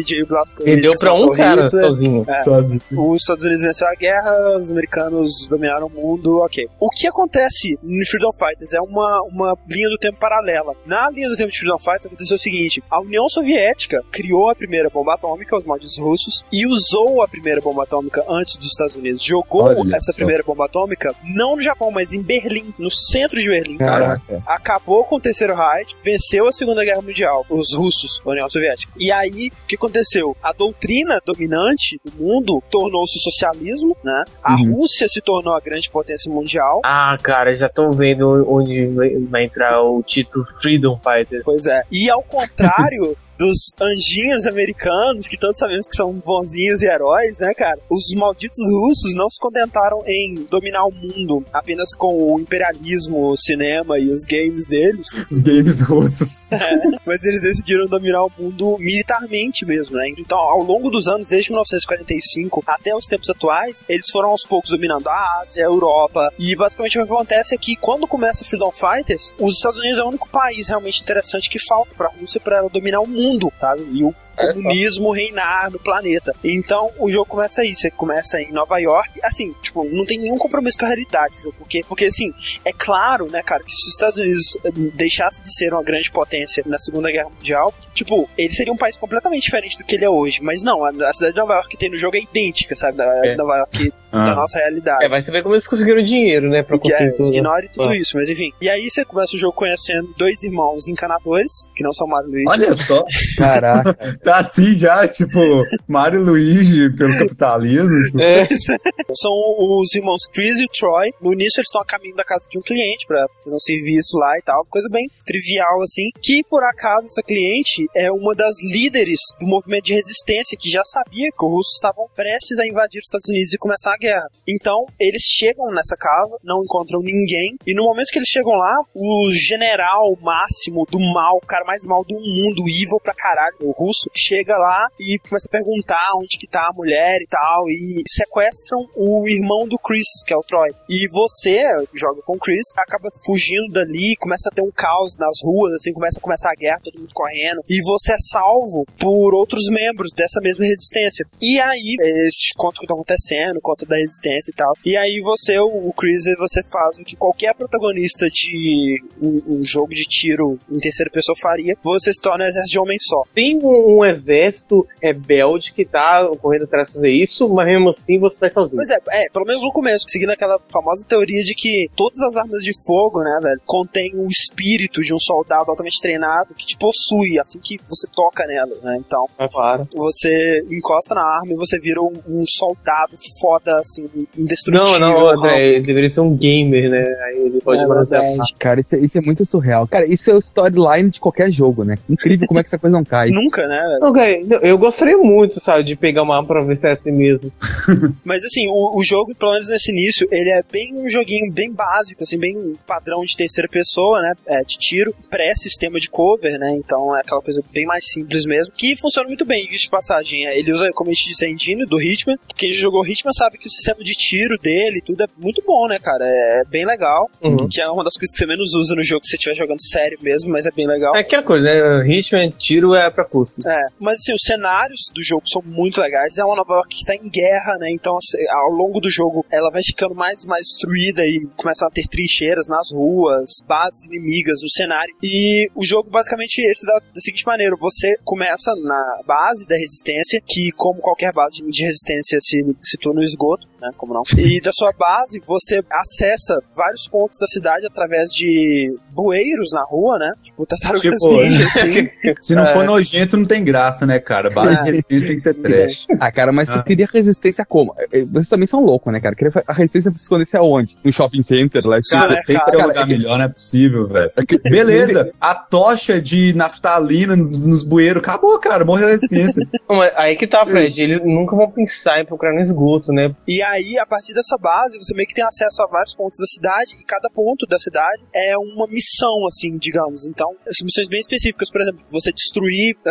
J. Blazkowicz. Perdeu pra um cara sozinho. É. Sozinho. Os Estados Unidos venceram a guerra, os americanos dominaram o mundo, ok. O que acontece no Freedom Fighters é uma, uma linha do tempo paralela. Na linha do tempo de Freedom Fighters aconteceu o seguinte: a União Soviética criou a primeira bomba atômica, os malditos russos, e usou a primeira bomba atômica antes dos Estados Unidos. Jogou Olha essa só. primeira bomba atômica, não no Japão, mas em Berlim, no centro de Berlim. Caraca. Acabou com o Terceiro Reich, venceu a Segunda Guerra Mundial, os russos, a União Soviética. E aí, o que aconteceu? A doutrina dominante do mundo tornou-se o socialismo, né? A Uhum. Rússia se tornou a grande potência mundial. Ah, cara, já estão vendo onde vai entrar o título Freedom Fighter. Pois é. E ao contrário dos anjinhos americanos, que todos sabemos que são bonzinhos e heróis, né, cara? Os malditos russos não se contentaram em dominar o mundo apenas com o imperialismo, o cinema e os games deles, Os games russos. mas eles decidiram dominar o mundo militarmente mesmo, né? Então, ao longo dos anos, desde mil novecentos e quarenta e cinco até os tempos atuais, eles foram aos poucos dominando a Ásia, a Europa, e basicamente o que acontece é que quando começa Freedom Fighters, os Estados Unidos é o único país realmente interessante que falta pra Rússia pra ela dominar o mundo, sabe? E o comunismo reinar no planeta. Então, o jogo começa aí. Você começa em Nova York. Assim, tipo, não tem nenhum compromisso com a realidade o jogo. Porque, porque assim, é claro, né, cara, que se os Estados Unidos deixasse de ser uma grande potência na Segunda Guerra Mundial, tipo, ele seria um país completamente diferente do que ele é hoje. Mas não, a, a cidade de Nova York que tem no jogo é idêntica, sabe? Da É. Nova York Ah. da nossa realidade. É, vai você ver como eles conseguiram dinheiro, né, pra Que conseguir é, tudo. ignore tudo Ah. isso, mas enfim. E aí você começa o jogo conhecendo dois irmãos encanadores, que não são Mario e Luigi. Olha só, Caraca. tá assim já, tipo, Mario e Luigi pelo capitalismo. Tipo, É, São os irmãos Chris e o Troy. No início eles estão a caminho da casa de um cliente pra fazer um serviço lá e tal. Coisa bem trivial, assim. Que, por acaso, essa cliente é uma das líderes do movimento de resistência que já sabia que os russos estavam prestes a invadir os Estados Unidos e começar a guerra. Então, eles chegam nessa casa, não encontram ninguém. E no momento que eles chegam lá, o general máximo do mal, o cara mais mal do mundo, evil pra caralho, o russo, chega lá e começa a perguntar onde que tá a mulher e tal, e sequestram o irmão do Chris, que é o Troy. E você joga com o Chris, acaba fugindo dali, começa a ter um caos nas ruas, assim, começa a começar a guerra, todo mundo correndo, e você é salvo por outros membros dessa mesma resistência. E aí, eles contam o que tá acontecendo, contam da resistência e tal. E aí você, o Chris, você faz o que qualquer protagonista de um, um jogo de tiro em terceira pessoa faria, você se torna um exército de homem só. tem um, um exército rebelde que tá correndo atrás de fazer isso, mas mesmo assim você vai sozinho. Pois é, é, pelo menos no começo, seguindo aquela famosa teoria de que todas as armas de fogo, né, velho, contém o espírito de um soldado altamente treinado que te possui assim que você toca nela, né? Então, É claro. você encosta na arma e você vira um, um soldado foda, assim, indestrutível. Não, não, André, ele deveria ser um gamer, né? Aí ele pode É manusear. verdade. Cara, isso é, isso é muito surreal. Cara, isso é o storyline de qualquer jogo, né? Incrível como é que essa coisa não cai. Nunca, né, velho? Não, cara, não, eu gostaria muito, sabe, de pegar uma arma pra ver se é assim mesmo. Mas assim, o, o jogo, pelo menos nesse início, ele é bem um joguinho bem básico, assim, bem padrão de terceira pessoa, né? É, de tiro, pré-sistema de cover, né? Então é aquela coisa bem mais simples mesmo, que funciona muito bem, de passagem. Ele usa, como a gente disse, a engine do Hitman. Quem já jogou Hitman sabe que o sistema de tiro dele, tudo é muito bom, né, cara? É bem legal. Uhum. Que é uma das coisas que você menos usa no jogo se você estiver jogando sério mesmo, mas é bem legal. É aquela coisa, né? Hitman, tiro é pra custo. É, mas assim, os cenários do jogo são muito legais. É uma Nova York que tá em guerra, né? Então, assim, ao longo do jogo, ela vai ficando mais e mais destruída e começam a ter trincheiras nas ruas, bases inimigas no cenário. E o jogo, basicamente, ele se dá da seguinte maneira: você começa na base da resistência, que, como qualquer base de resistência, se situa no esgoto, né? Como não? E da sua base, você acessa vários pontos da cidade através de bueiros na rua, né? Tipo, tartarugas Tipo, ninja, assim. Se não É. for nojento, não tem graça, né, cara? Base de resistência tem que ser trash. Ah, cara, mas tu Ah. queria resistência como? Eh, Vocês também são loucos, né, cara? Queria a resistência pra se escondecer aonde? No shopping center, lá. Cara, é, tem que ter cara, um lugar melhor, não é possível, velho. Beleza, a tocha de naftalina nos bueiros acabou, cara, morreu a resistência. Não, mas aí que tá, Fred, eles nunca vão pensar em procurar no esgoto, né? E aí, a partir dessa base, você meio que tem acesso a vários pontos da cidade, e cada ponto da cidade é uma missão, assim, digamos. Então, são missões bem específicas, por exemplo, você destruir as estruturas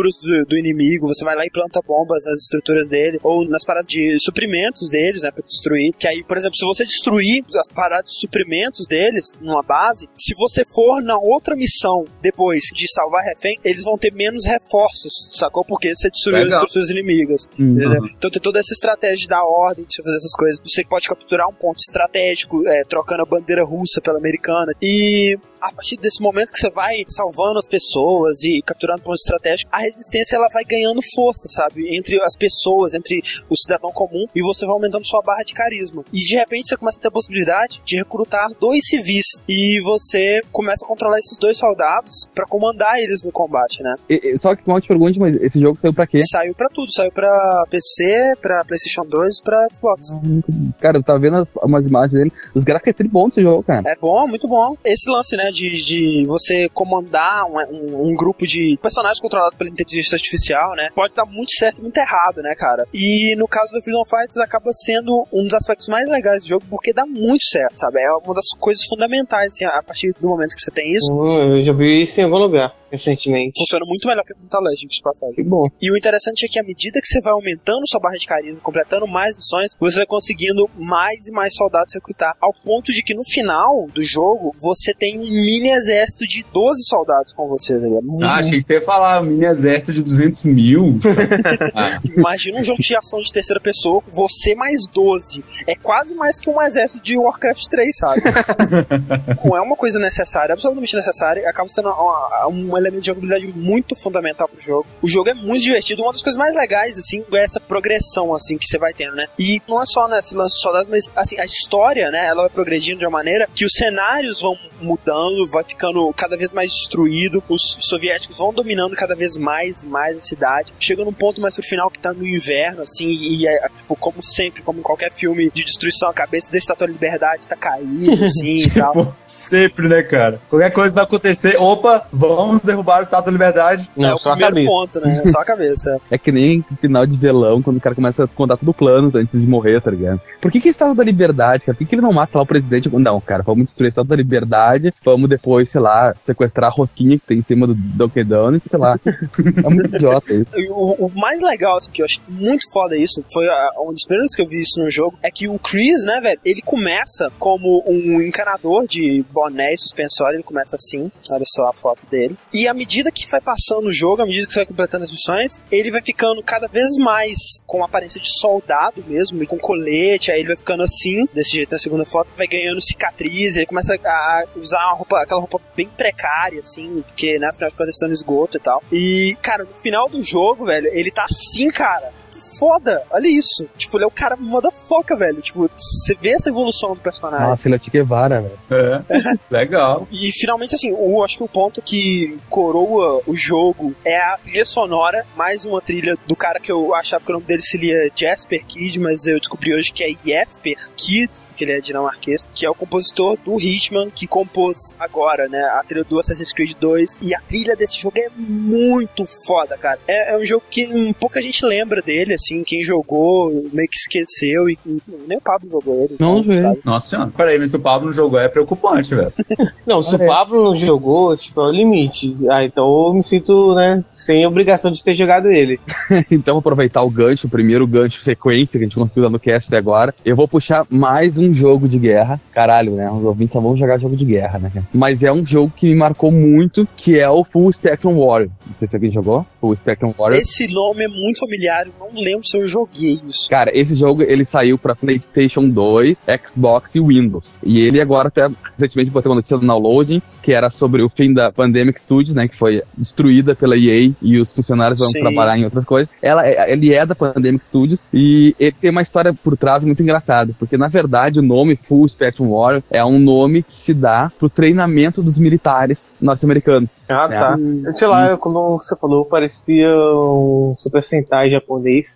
estruturas do, do inimigo, você vai lá e planta bombas nas estruturas dele, ou nas paradas de suprimentos deles, né, pra destruir. Que aí, por exemplo, se você destruir as paradas de suprimentos deles numa base, se você for na outra missão depois de salvar refém, eles vão ter menos reforços, sacou? Porque você destruiu Legal. as estruturas inimigas. Uhum. Entendeu? Então tem toda essa estratégia de dar ordem, de você fazer essas coisas. Você pode capturar um ponto estratégico, é, trocando a bandeira russa pela americana. E a partir desse momento que você vai salvando as pessoas e capturando pontos estratégicos, a resistência ela vai ganhando força, sabe? Entre as pessoas, entre o cidadão comum, e você vai aumentando sua barra de carisma. E de repente você começa a ter a possibilidade de recrutar dois civis. E você começa a controlar esses dois soldados pra comandar eles no combate, né? E, e, só que mal te pergunte, mas esse jogo saiu pra quê? Saiu pra tudo. Saiu pra P C, pra PlayStation dois e pra Xbox. Cara, eu tava vendo as, umas imagens dele. Os gráficos é muito bom desse jogo, cara. É bom, muito bom. Esse lance, né, de, de você comandar um, um, um grupo de personagens controlados pela inteligência artificial, né, pode dar muito certo e muito errado, né, cara? E no caso do Freedom Fighters acaba sendo um dos aspectos mais legais do jogo, porque dá muito certo, sabe? É uma das coisas fundamentais, assim, a partir do momento que você tem isso. Hum, eu já vi isso em algum lugar recentemente. Funciona muito melhor que o Brutal Legend, de passagem. Que bom. E o interessante é que à medida que você vai aumentando sua barra de carisma, completando mais missões, você vai conseguindo mais e mais soldados recrutar, ao ponto de que no final do jogo, você tem um mini exército de doze soldados com você, tá ligado? Ah, achei que você ia falar um mini exército de duzentos mil. ah. Imagina um jogo de ação de terceira pessoa, você mais doze. É quase mais que um exército de Warcraft três, sabe? Não é uma coisa necessária, absolutamente necessária, acaba sendo uma, uma elemento de jogabilidade muito fundamental pro jogo. O jogo é muito divertido. Uma das coisas mais legais, assim, é essa progressão, assim, que você vai tendo, né? E não é só nesse lance de soldados, mas, assim, a história, né? Ela vai progredindo de uma maneira que os cenários vão mudando, vai ficando cada vez mais destruído. Os soviéticos vão dominando cada vez mais e mais a cidade. Chega num ponto mais pro final que tá no inverno, assim, e é, tipo, como sempre, como em qualquer filme de destruição, a cabeça da Estátua da Liberdade tá caindo, assim, e tal. Sempre, né, cara? Qualquer coisa vai acontecer, opa, vamos derrubar a Estátua da Liberdade. Não, é o só primeiro a ponto, né? Só a cabeça. É que nem final de velão, quando o cara começa a contar todo o plano antes de morrer, tá ligado? Por que que a Estátua da Liberdade, cara? Por que que ele não mata lá o presidente? Não, cara, vamos destruir a Estátua da Liberdade, vamos depois, sei lá, sequestrar a rosquinha que tem em cima do Dunkin' Donuts, sei lá. É muito idiota isso. O, o mais legal, assim, que eu achei muito foda isso, foi a, uma das primeiras que eu vi isso no jogo, é que o Chris, né, velho, ele começa como um encanador de boné e suspensório, ele começa assim, olha só a foto dele, e à medida que vai passando o jogo, à medida que você vai completando as missões, ele vai ficando cada vez mais com aparência de soldado mesmo, e com colete, aí ele vai ficando assim, desse jeito na segunda foto, vai ganhando cicatriz, ele começa a usar uma roupa, aquela roupa bem precária, assim, porque, né, afinal de contas, estão no esgoto e tal. E, cara, no final do jogo, velho, ele tá assim, cara, foda, olha isso. Tipo, ele é o cara motherfucker, velho. Tipo, você vê essa evolução do personagem. Nossa, ele é o Che Guevara, velho. É, legal. E finalmente, assim, eu acho que o ponto que coroa o jogo é a trilha sonora, mais uma trilha do cara que eu achava que o nome dele seria Jasper Kidd, mas eu descobri hoje que é Jesper Kidd, que ele é dinamarquês, que é o compositor do Hitman, que compôs agora, né, a trilha do Assassin's Creed dois, e a trilha desse jogo é muito foda, cara. É, é um jogo que um, pouca gente lembra dele, assim, quem jogou meio que esqueceu, e, e nem o Pablo jogou ele. Não, então, sabe? Nossa senhora, peraí, mas se o Pablo não jogou é preocupante, velho. Não, se o Pablo não jogou, tipo, é o limite. Ah, então eu me sinto, né, sem obrigação de ter jogado ele. Então, vou aproveitar o gancho, o primeiro gancho sequência que a gente conseguiu dar no cast até agora. Eu vou puxar mais um jogo de guerra. Caralho, né? Os ouvintes só vão jogar jogo de guerra, né? Mas é um jogo que me marcou muito, que é o Full Spectrum Warrior. Não sei se alguém jogou. Full Spectrum Warrior. Esse nome é muito familiar, eu não lembro se eu joguei isso. Cara, esse jogo, ele saiu pra PlayStation dois, Xbox e Windows. E ele agora, até recentemente, botei uma notícia no downloading, que era sobre o fim da Pandemic Studios, né? Que foi destruída pela E A e os funcionários vão Sim. trabalhar em outras coisas. Ela, ele é da Pandemic Studios e ele tem uma história por trás muito engraçada, porque na verdade o nome Full Spectrum Warrior é um nome que se dá pro treinamento dos militares norte-americanos. Ah, né? tá. Hum. Sei lá, quando você falou, parecia um Super Sentai japonês.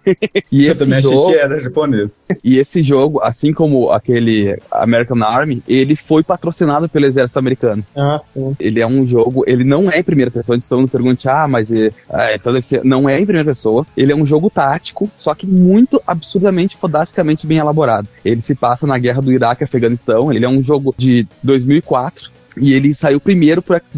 E Eu esse também jogo, achei que era japonês. E esse jogo, assim como aquele American Army, ele foi patrocinado pelo exército americano. Ah, sim. Ele é um jogo, ele não é em primeira pessoa, então todo mundo pergunta, ah, mas é, então deve ser, não é em primeira pessoa, ele é um jogo tático, só que muito absurdamente, fodasticamente bem elaborado. Ele se passa na guerra do Iraque e Afeganistão, ele é um jogo de dois mil e quatro, e ele saiu primeiro pro Xbox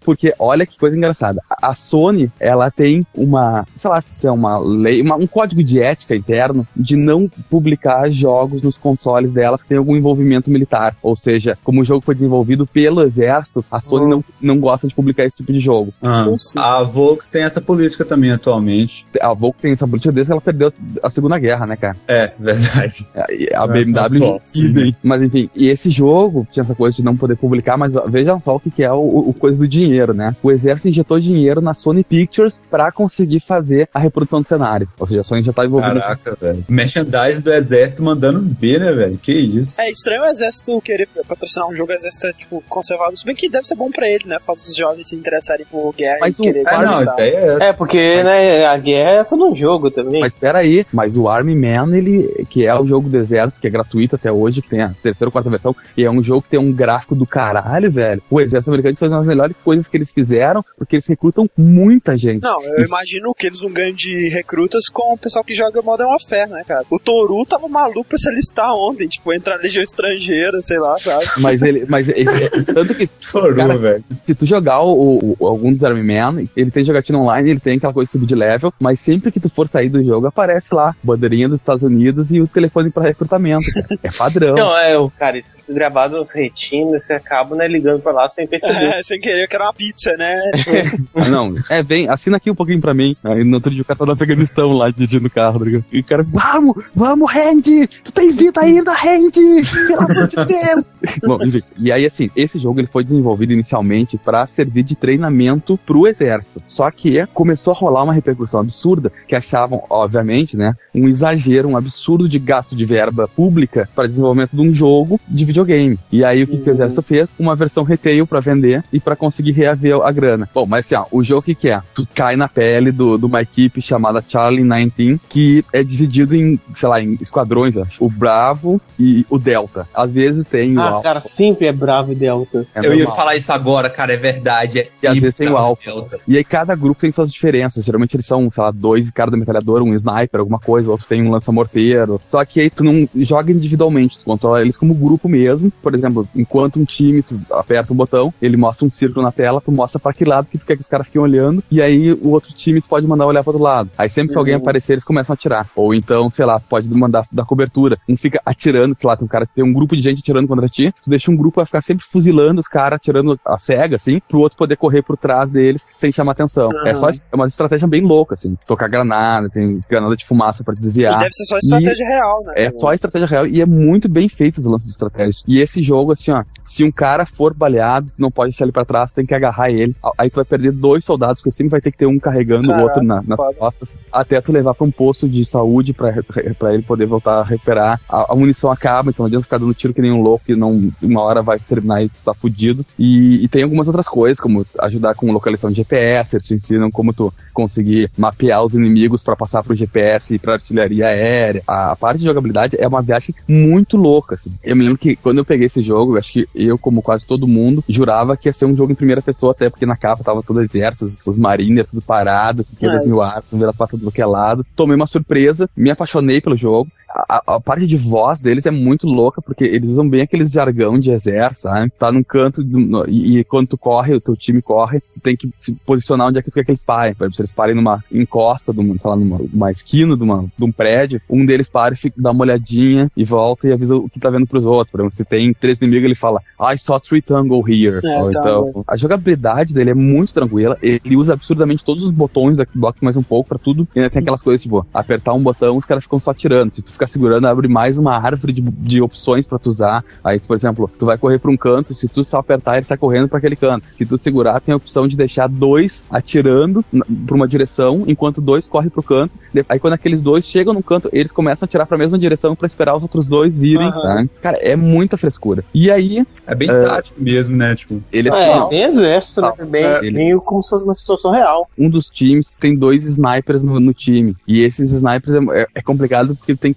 porque olha que coisa engraçada. A Sony, ela tem uma, sei lá se é uma lei, uma, um código de ética interno de não publicar jogos nos consoles delas que tem algum envolvimento militar. Ou seja, como o jogo foi desenvolvido pelo exército, a Sony oh. não, não gosta de publicar esse tipo de jogo. Ah, a Volks tem essa política também atualmente. A Volks tem essa política desde que ela perdeu a Segunda Guerra, né, cara? É, verdade. A, a B M W, idem. Mas enfim, e esse jogo tinha essa coisa de não poder publicar, mas vejam só o que, que é o, o coisa do dinheiro, né? O exército injetou dinheiro na Sony Pictures pra conseguir fazer a reprodução do cenário. Ou seja, a Sony já tá envolvida. Caraca, velho. Merchandise do exército mandando ver, né, velho? Que isso. É estranho o exército querer patrocinar um jogo, o exército é, tipo, conservado. Se bem que deve ser bom pra ele, né? Faz os jovens se interessarem por guerra mas e querer é, não, a ideia é essa. É, porque, mas, né, a guerra é todo um jogo também. Mas espera aí, mas o Army Man, ele, que é o jogo do exército, que é gratuito até hoje, que tem a terceira ou quarta versão, e é um jogo que tem um gráfico do caralho, velho. O exército americano faz uma das melhores coisas que eles fizeram, porque eles recrutam muita gente. Não, eu Isso. imagino que eles não ganham de recrutas com o pessoal que joga Modern Warfare, né, cara? O Toru tava maluco pra se alistar ontem, tipo, entrar na legião estrangeira, sei lá, sabe? Mas ele, mas ele, tanto que, Toru, cara, velho. Se tu jogar o, o, algum dos Army Man, ele tem jogatina online, ele tem aquela coisa de subir de level, mas sempre que tu for sair do jogo, aparece lá, bandeirinha dos Estados Unidos e o telefone pra recrutamento, cara. É padrão. Não, é, cara, isso fica gravado nos retinas, você acaba, né, ligando pra lá sem perceber. É, sem querer, que era uma pizza, né? Ah, não, é, vem, assina aqui um pouquinho pra mim. Aí no outro dia o cara tá no Afeganistão lá, dirigindo o carro, tá. E o cara, vamos, vamos, Randy! Tu tem vida ainda, Randy! Pelo amor de Deus! Bom, enfim, e aí assim, esse jogo ele foi desenvolvido inicialmente pra servir de treinamento pro exército. Só que começou a rolar uma repercussão absurda, que achavam, obviamente, né, um exagero, um absurdo de gasto de verba pública para desenvolvimento de um jogo de videogame. E aí o que, uhum. que o exército fez? Uma versão retail pra vender e pra conseguir reaver a grana. Bom, mas assim, ó, o jogo que que é? Tu cai na pele do, de uma equipe chamada Charlie dezenove, que é dividido em, sei lá, em esquadrões, acho. O Bravo e o Delta. Às vezes tem o Ah, Alpha. cara, sempre é Bravo e Delta. É Eu ia falar isso agora, cara, é verdade, é sempre. E às vezes tem o Alpha. Delta. E aí cada grupo tem suas diferenças. Geralmente eles são, sei lá, dois cara da metralhadora, um sniper, alguma coisa, o outro tem um lança-morteiro. Só que aí tu não joga individualmente, tu controla eles como grupo mesmo. Por exemplo, enquanto um time, tu aperta um botão, ele mostra um círculo na tela, tu mostra pra que lado que tu quer que os caras fiquem olhando, e aí o outro time tu pode mandar olhar pro outro lado. Aí sempre que uhum. alguém aparecer, eles começam a atirar. Ou então, sei lá, tu pode mandar dar cobertura. Um fica atirando, sei lá, tem um cara que tem um grupo de gente atirando contra ti, tu deixa um grupo vai ficar sempre fuzilando os caras, atirando a cega, assim, pro outro poder correr por trás deles sem chamar atenção. Uhum. É só é uma estratégia bem louca, assim. Tocar granada, tem granada de fumaça pra desviar. E deve ser só estratégia e real, né? É só estratégia real e é muito bem feito os lances de estratégia. E esse jogo, assim, ó, se um cara for baleado, tu não pode deixar ele pra trás, tu tem que agarrar ele. Aí tu vai perder dois soldados, porque sempre vai ter que ter um carregando Caraca, o outro na, nas foda. costas, até tu levar pra um posto de saúde pra, pra ele poder voltar a recuperar. A, a munição acaba, então não adianta ficar dando tiro que nem um louco, que não, uma hora vai terminar e tu tá fudido. E, e tem algumas outras coisas, como ajudar com localização de G P S, eles te ensinam como tu conseguir mapear os inimigos pra passar pro G P S e pra artilharia aérea. A, a parte de jogabilidade é uma viagem muito louca, assim. Eu me lembro que quando eu peguei esse jogo, eu acho que eu, como quase todo mundo, jurava que ia ser um jogo em primeira pessoa, até porque na capa tava todo exército, os, os mariners, tudo parado, quinhentos mil armas, vira pra tudo que é lado. Tomei uma surpresa, me apaixonei pelo jogo. A, a, a parte de voz deles é muito louca, porque eles usam bem aqueles jargão de exército, sabe? Tá num canto do, no, e, e quando tu corre, o teu time corre, tu tem que se posicionar onde é que tu quer que eles parem. Por exemplo, se eles parem numa encosta, de uma, sei lá, numa uma esquina de, uma, de um prédio, um deles para e fica, dá uma olhadinha e volta e avisa o que tá vendo pros outros. Por exemplo, se tem três inimigos, ele fala I saw three tango here. É, Ou, tá então, bom. A jogabilidade dele é muito tranquila, ele usa absurdamente todos os botões do Xbox mais um pouco pra tudo, e ainda tem aquelas coisas tipo, apertar um botão, os caras ficam só atirando. Se tu ficar segurando, abre mais uma árvore de, de opções pra tu usar. Aí, por exemplo, tu vai correr pra um canto, se tu só apertar, ele sai correndo pra aquele canto. Se tu segurar, tem a opção de deixar dois atirando na, pra uma direção, enquanto dois correm pro canto. Aí quando aqueles dois chegam no canto, eles começam a atirar pra mesma direção pra esperar os outros dois virem, uhum. tá? Cara, é muita frescura. E aí... É bem uh, tático mesmo, né? Tipo, ele é, é bem exército, né? Bem, é, ele... meio como se fosse uma situação real. Um dos times tem dois snipers no, no time. E esses snipers é, é complicado porque tem que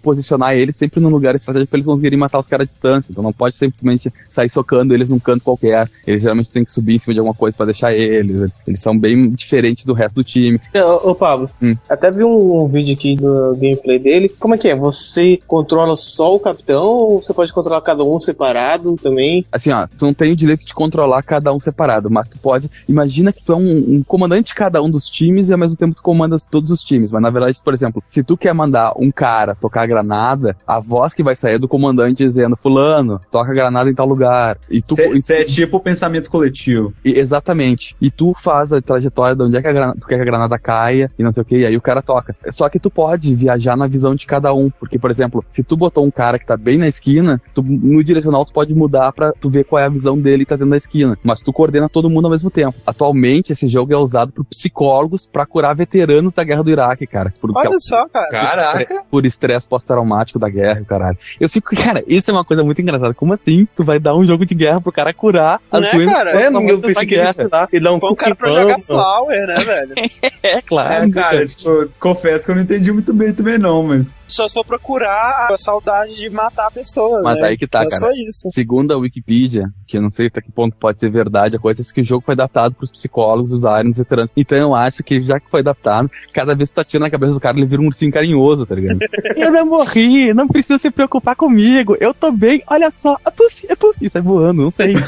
posicionar eles sempre num lugar estratégico pra eles conseguirem matar os caras à distância. Então não pode simplesmente sair socando eles num canto qualquer. Eles geralmente têm que subir em cima de alguma coisa pra deixar eles. Eles, eles são bem diferentes do resto do time. Ô, ô Pablo, Hum. até vi um, um vídeo aqui do gameplay dele. Como é que é? Você controla só o capitão ou você pode controlar cada um separado também? Assim, ó, tu não tem o direito de controlar cada um separado, mas tu pode... Imagina que tu é um, um comandante de cada um dos times e ao mesmo tempo tu comanda todos os times. Mas na verdade, por exemplo, se tu quer mandar um cara tocar a granada, a voz que vai sair é do comandante dizendo: fulano, toca a granada em tal lugar. E tu... Isso é tipo o pensamento coletivo. E, exatamente. E tu faz a trajetória de onde é que a granada, tu quer que a granada caia e não sei o que, e aí o cara toca. Só que tu pode viajar na visão de cada um, porque, por exemplo, se tu botou um cara que tá bem na esquina, tu, no direcional tu pode mudar pra tu ver qual é a visão dele que tá dentro da esquina, mas tu coordena todo mundo ao mesmo tempo. Atualmente, esse jogo é usado por psicólogos pra curar veteranos da guerra do Iraque, cara. Por, Olha só, cara. Caraca! por estresse pós-traumático da guerra, caralho. Eu fico, cara, isso é uma coisa muito engraçada. Como assim tu vai dar um jogo de guerra pro cara curar as Né, doenças? cara? É, não, eu pensei que ele sei lá, ele dá um Põe o cara pra cookie jogar bump. Flower, né, velho? É, claro. É, cara, tipo, confesso que eu não entendi muito bem também não, mas... Só se for procurar a saudade de matar a pessoa, Mas né? aí que tá, Mas cara. foi isso. Segundo a Wikipedia, que eu não sei até que ponto pode ser verdade, a coisa é que o jogo foi adaptado pros psicólogos usarem nos veteranos. Então eu acho que, já que foi adaptado, cada vez que tu tá tirando na cabeça do cara, ele vira um ursinho carinhoso, tá ligado? Eu não morri, não precisa se preocupar comigo, eu tô bem, olha só, é puff, é puff, e sai voando, não sei.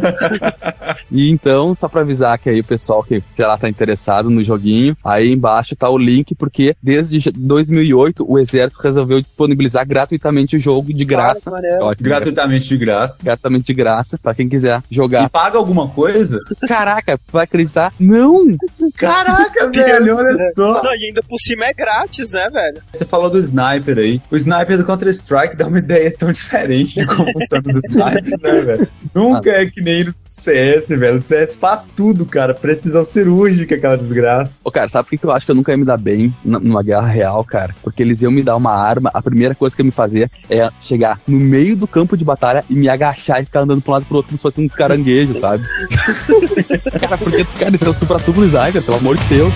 E então, só pra avisar que aí o pessoal que, sei lá, tá interessado no joguinho, aí embaixo tá o link, porque desde dois mil e oito o Exército resolveu disponibilizar gratuitamente o jogo de graça. Cara, maneiro. Ótimo, Gratuitamente de graça. gratuitamente de graça, pra quem quiser E jogar. paga alguma coisa? Caraca, você vai acreditar? Não! Caraca, velho, olha só. Não, e ainda por cima é grátis, né, velho? Você falou do sniper aí. O sniper do Counter-Strike dá uma ideia tão diferente de como funciona os snipers, né, velho? Nunca é que nem no C S, velho. O C S faz tudo, cara. Precisão cirúrgica, aquela desgraça. Ô, cara, sabe por que eu acho que eu nunca ia me dar bem n- numa guerra real, cara? Porque eles iam me dar uma arma, a primeira coisa que eu ia me fazer é chegar no meio do campo de batalha e me agachar e ficar andando pra um lado e pro outro como se fosse um caranguejo, sabe? Cara, porque, cara, isso é o supra-sumo do sniper, pelo amor de Deus.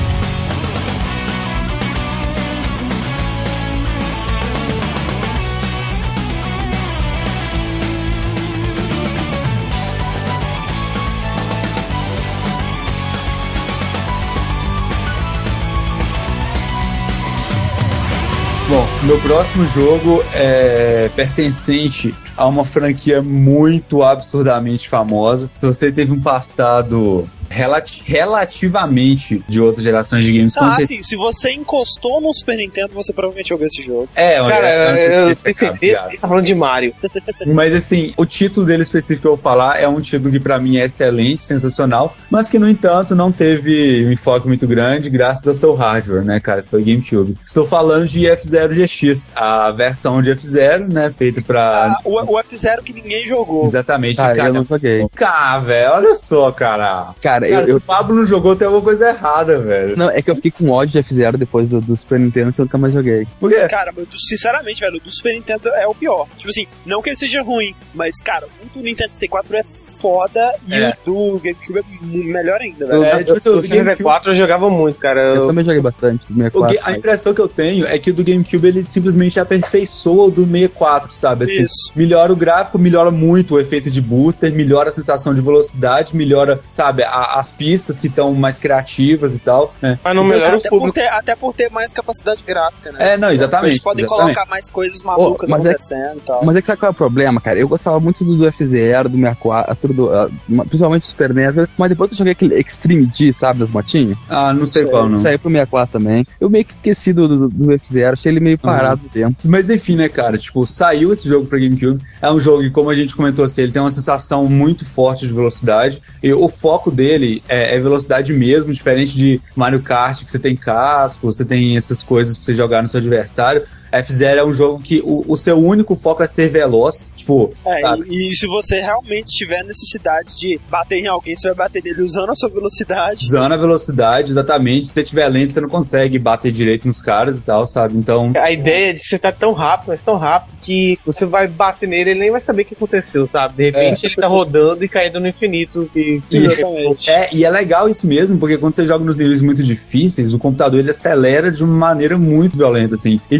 Bom, meu próximo jogo é pertencente a uma franquia muito absurdamente famosa. Se você teve um passado relati- relativamente de outras gerações de games, com Ah, certeza- assim, se você encostou no Super Nintendo, você provavelmente jogou esse jogo. É, uma Cara, geração eu tenho específica, certeza cara. que ele tá falando de Mario. Mas assim, o título dele específico que eu vou falar é um título que pra mim é excelente, sensacional, mas que no entanto não teve um enfoque muito grande graças ao seu hardware, né, cara, que foi o GameCube. Estou falando de F zero G X, a versão de F zero, né, feita pra... Ah, o, o F zero que ninguém jogou. Exatamente, Cara, cara. eu não joguei. Cara, velho, olha só, cara. Cara, Cara, eu, se eu- o Pablo não jogou, tem alguma coisa errada, velho. Não, é que eu fiquei com ódio de F zero depois do, do Super Nintendo que eu nunca mais joguei. Por quê? Cara, mas, sinceramente, velho, o do Super Nintendo é o pior. Tipo assim, não que ele seja ruim, mas, cara, o do Nintendo sessenta e quatro é foda e É. o do GameCube é melhor ainda, velho. É, tipo assim, o O sessenta e quatro eu jogava muito, cara. Eu Eu- também joguei bastante, do O sessenta e quatro. ga- a impressão que eu tenho é que o do GameCube ele simplesmente aperfeiçoa o do sessenta e quatro, sabe? Assim, Isso. melhora o gráfico, melhora muito o efeito de booster, melhora a sensação de velocidade, melhora, sabe, a- as pistas que estão mais criativas e tal, né? Mas não Então, melhora o até, por público. ter, até por ter mais capacidade gráfica, né? É, não, exatamente. Eles podem exatamente. colocar mais coisas malucas Oh, mas é- acontecendo e tal. Mas é que sabe qual é o problema, cara? Eu gostava muito do, do F zero, do sessenta e quatro, do, ah, principalmente do Super N E S, mas depois que eu joguei aquele Extreme G, sabe, das motinhas? Ah, não sei Sei. qual, não. Saiu pro sessenta e quatro também. Eu meio que esqueci do, do, do F zero, achei ele meio parado no tempo. Mas enfim, né, cara, tipo, saiu esse jogo pra GameCube, é um jogo que, como a gente comentou assim, ele tem uma sensação muito forte de velocidade, e o foco dele é, é velocidade mesmo, diferente de Mario Kart, que você tem casco, você tem essas coisas pra você jogar no seu adversário. F zero é um jogo que o, o seu único foco é ser veloz, tipo, É, sabe? e, e se você realmente tiver necessidade de bater em alguém, você vai bater nele usando a sua velocidade. Usando a velocidade, exatamente, se você tiver lento, você não consegue bater direito nos caras e tal, sabe? Então, A ideia de você estar tão rápido, mas tão rápido, que você vai bater nele e ele nem vai saber o que aconteceu, sabe? De repente ele tá rodando e caindo no infinito. E, E- Exatamente. É, e é legal isso mesmo, porque quando você joga nos níveis muito difíceis, o computador ele acelera de uma maneira muito violenta, assim. E, tipo,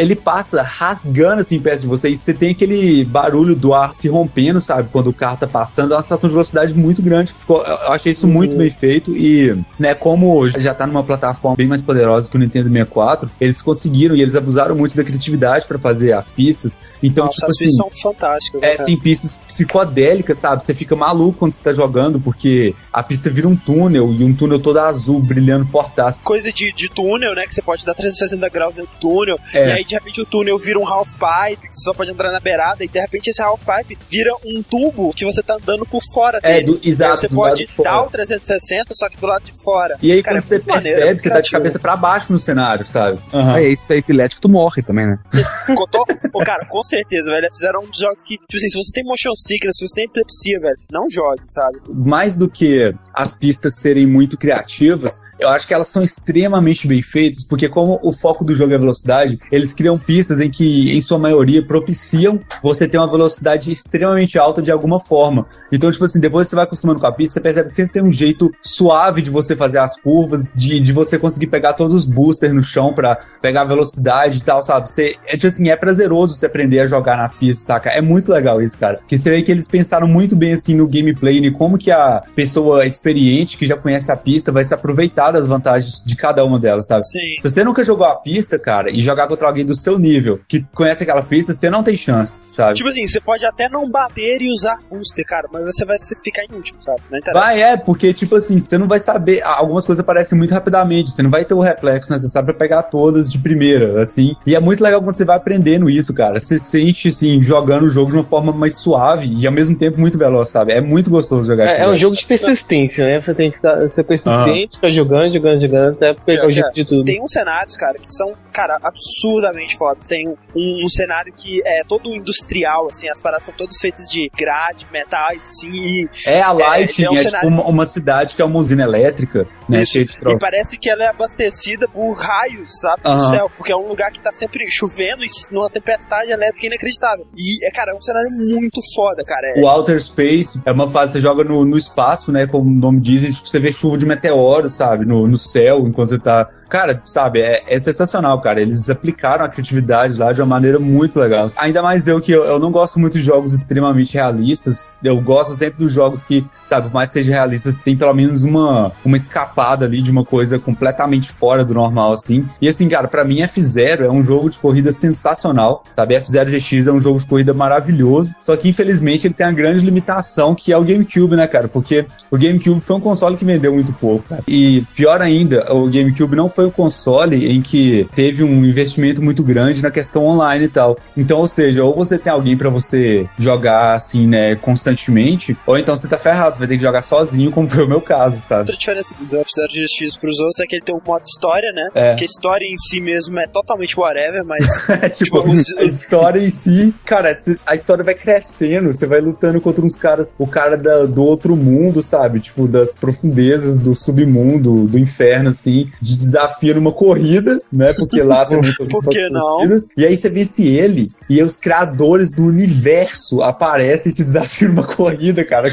ele passa rasgando assim perto de você, e você tem aquele barulho do ar se rompendo, sabe? Quando o carro tá passando, é uma sensação de velocidade muito grande. Ficou, eu achei isso uhum. muito bem feito, e né, como já tá numa plataforma bem mais poderosa que o Nintendo sessenta e quatro, eles conseguiram e eles abusaram muito da criatividade pra fazer as pistas. Então, Nossa, tipo as assim, pistas são fantásticas. É, né? tem pistas psicodélicas, sabe? Você fica maluco quando você tá jogando, porque a pista vira um túnel, e um túnel todo azul, brilhando fortaço. Coisa de, de túnel, né? Que você pode dar trezentos e sessenta graus dentro do túnel, É. e aí de repente o túnel vira um half-pipe, que você só pode andar na beirada, e de repente esse half-pipe vira um tubo que você tá andando por fora É, dele. do, exato, Aí você do lado pode de fora. dar o trezentos e sessenta, só que do lado de fora. E aí, Cara, quando é você muito maneiro, percebe, é muito você tá de criativo. cabeça pra baixo no cenário, sabe? Uhum. Aí, se tu é epilético, tu morre também, né? Contou? Pô, cara, com certeza, velho. Fizeram um dos jogos que, tipo assim, se você tem motion sickness, se você tem epilepsia, velho, não jogue, sabe? Mais do que as pistas serem muito criativas, eu acho que elas são extremamente bem feitas, porque como o foco do jogo é a velocidade, eles criam pistas em que, em sua maioria, propiciam você ter uma velocidade extremamente alta de alguma forma. Então, tipo assim, depois que você vai acostumando com a pista, você percebe que sempre tem um jeito suave de você fazer as curvas, de, de você conseguir pegar todos os boosters no chão pra pegar a velocidade e tal, sabe? Você, é, tipo assim, é prazeroso você aprender a jogar nas pistas, saca? É muito legal isso, cara. Porque você vê que eles pensaram muito bem, assim, no gameplay, e como que a pessoa experiente, que já conhece a pista, vai se aproveitar das vantagens de cada uma delas, sabe? Sim. Se você nunca jogou a pista, cara, e jogar contra alguém do seu nível, que conhece aquela pista, você não tem chance, sabe? Tipo assim, você pode até não bater e usar booster, cara, mas você vai ficar inútil, sabe? Não interessa. Vai, é, porque, tipo assim, você não vai saber, algumas coisas aparecem muito rapidamente, você não vai ter o reflexo necessário pra pegar todas de primeira, assim, e é muito legal quando você vai aprendendo isso, cara, você sente, assim, jogando o jogo de uma forma mais suave e, ao mesmo tempo, muito veloz, sabe? É muito gostoso jogar É, é um jogo de persistência, né? Você tem que ficar, ser persistente, ficar jogando, jogando, jogando, até pegar É, o jeito é. de tudo. Tem uns cenários, cara, que são, cara, absurdamente fodas. Tem um, um cenário que é todo industrial, assim, as paradas são todas feitas de grade, metais, assim, e... É, a Lighting é, é, é um tipo cenário- uma, uma cidade que é uma usina elétrica, né, Isso. cheia de E troca. parece que ela é abastecida por raios, sabe, do Aham. céu, porque é um lugar que tá sempre chovendo e numa tempestade elétrica inacreditável. E, é, cara, é um cenário muito foda, cara. É, O Outer Space é uma fase, você joga no, no espaço, né, como o nome diz, e tipo, você vê chuva de meteoros, sabe, no, no céu, enquanto você tá... Cara, sabe, é, é sensacional, cara. Eles aplicaram a criatividade lá de uma maneira muito legal. Ainda mais eu que eu, eu não gosto muito de jogos extremamente realistas. Eu gosto sempre dos jogos que, sabe, por mais que sejam realistas, tem pelo menos uma, uma escapada ali de uma coisa completamente fora do normal, assim. E assim, cara, pra mim F zero é um jogo de corrida sensacional, sabe? F zero G X é um jogo de corrida maravilhoso. Só que, infelizmente, ele tem uma grande limitação, que é o GameCube, né, cara? Porque o GameCube foi um console que vendeu muito pouco, cara. E, pior ainda, o GameCube não foi o console em que teve um investimento muito grande na questão online e tal. Então, ou seja, ou você tem alguém pra você jogar assim, né, constantemente, ou então você tá ferrado, você vai ter que jogar sozinho, como foi o meu caso, sabe? Outra diferença do F zero G X pros outros é que ele tem um modo história, né? É. Que a história em si mesmo é totalmente whatever, mas... É, tipo, Tipo, os- a história em si, cara, a história vai crescendo, você vai lutando contra uns caras, o cara da- do outro mundo, sabe? Tipo, das profundezas do submundo, do inferno, assim, de desafio numa corrida, né? Porque lá também são Por que não? corridas. E aí você vence ele, e aí os criadores do universo aparecem e te desafiam numa corrida, cara.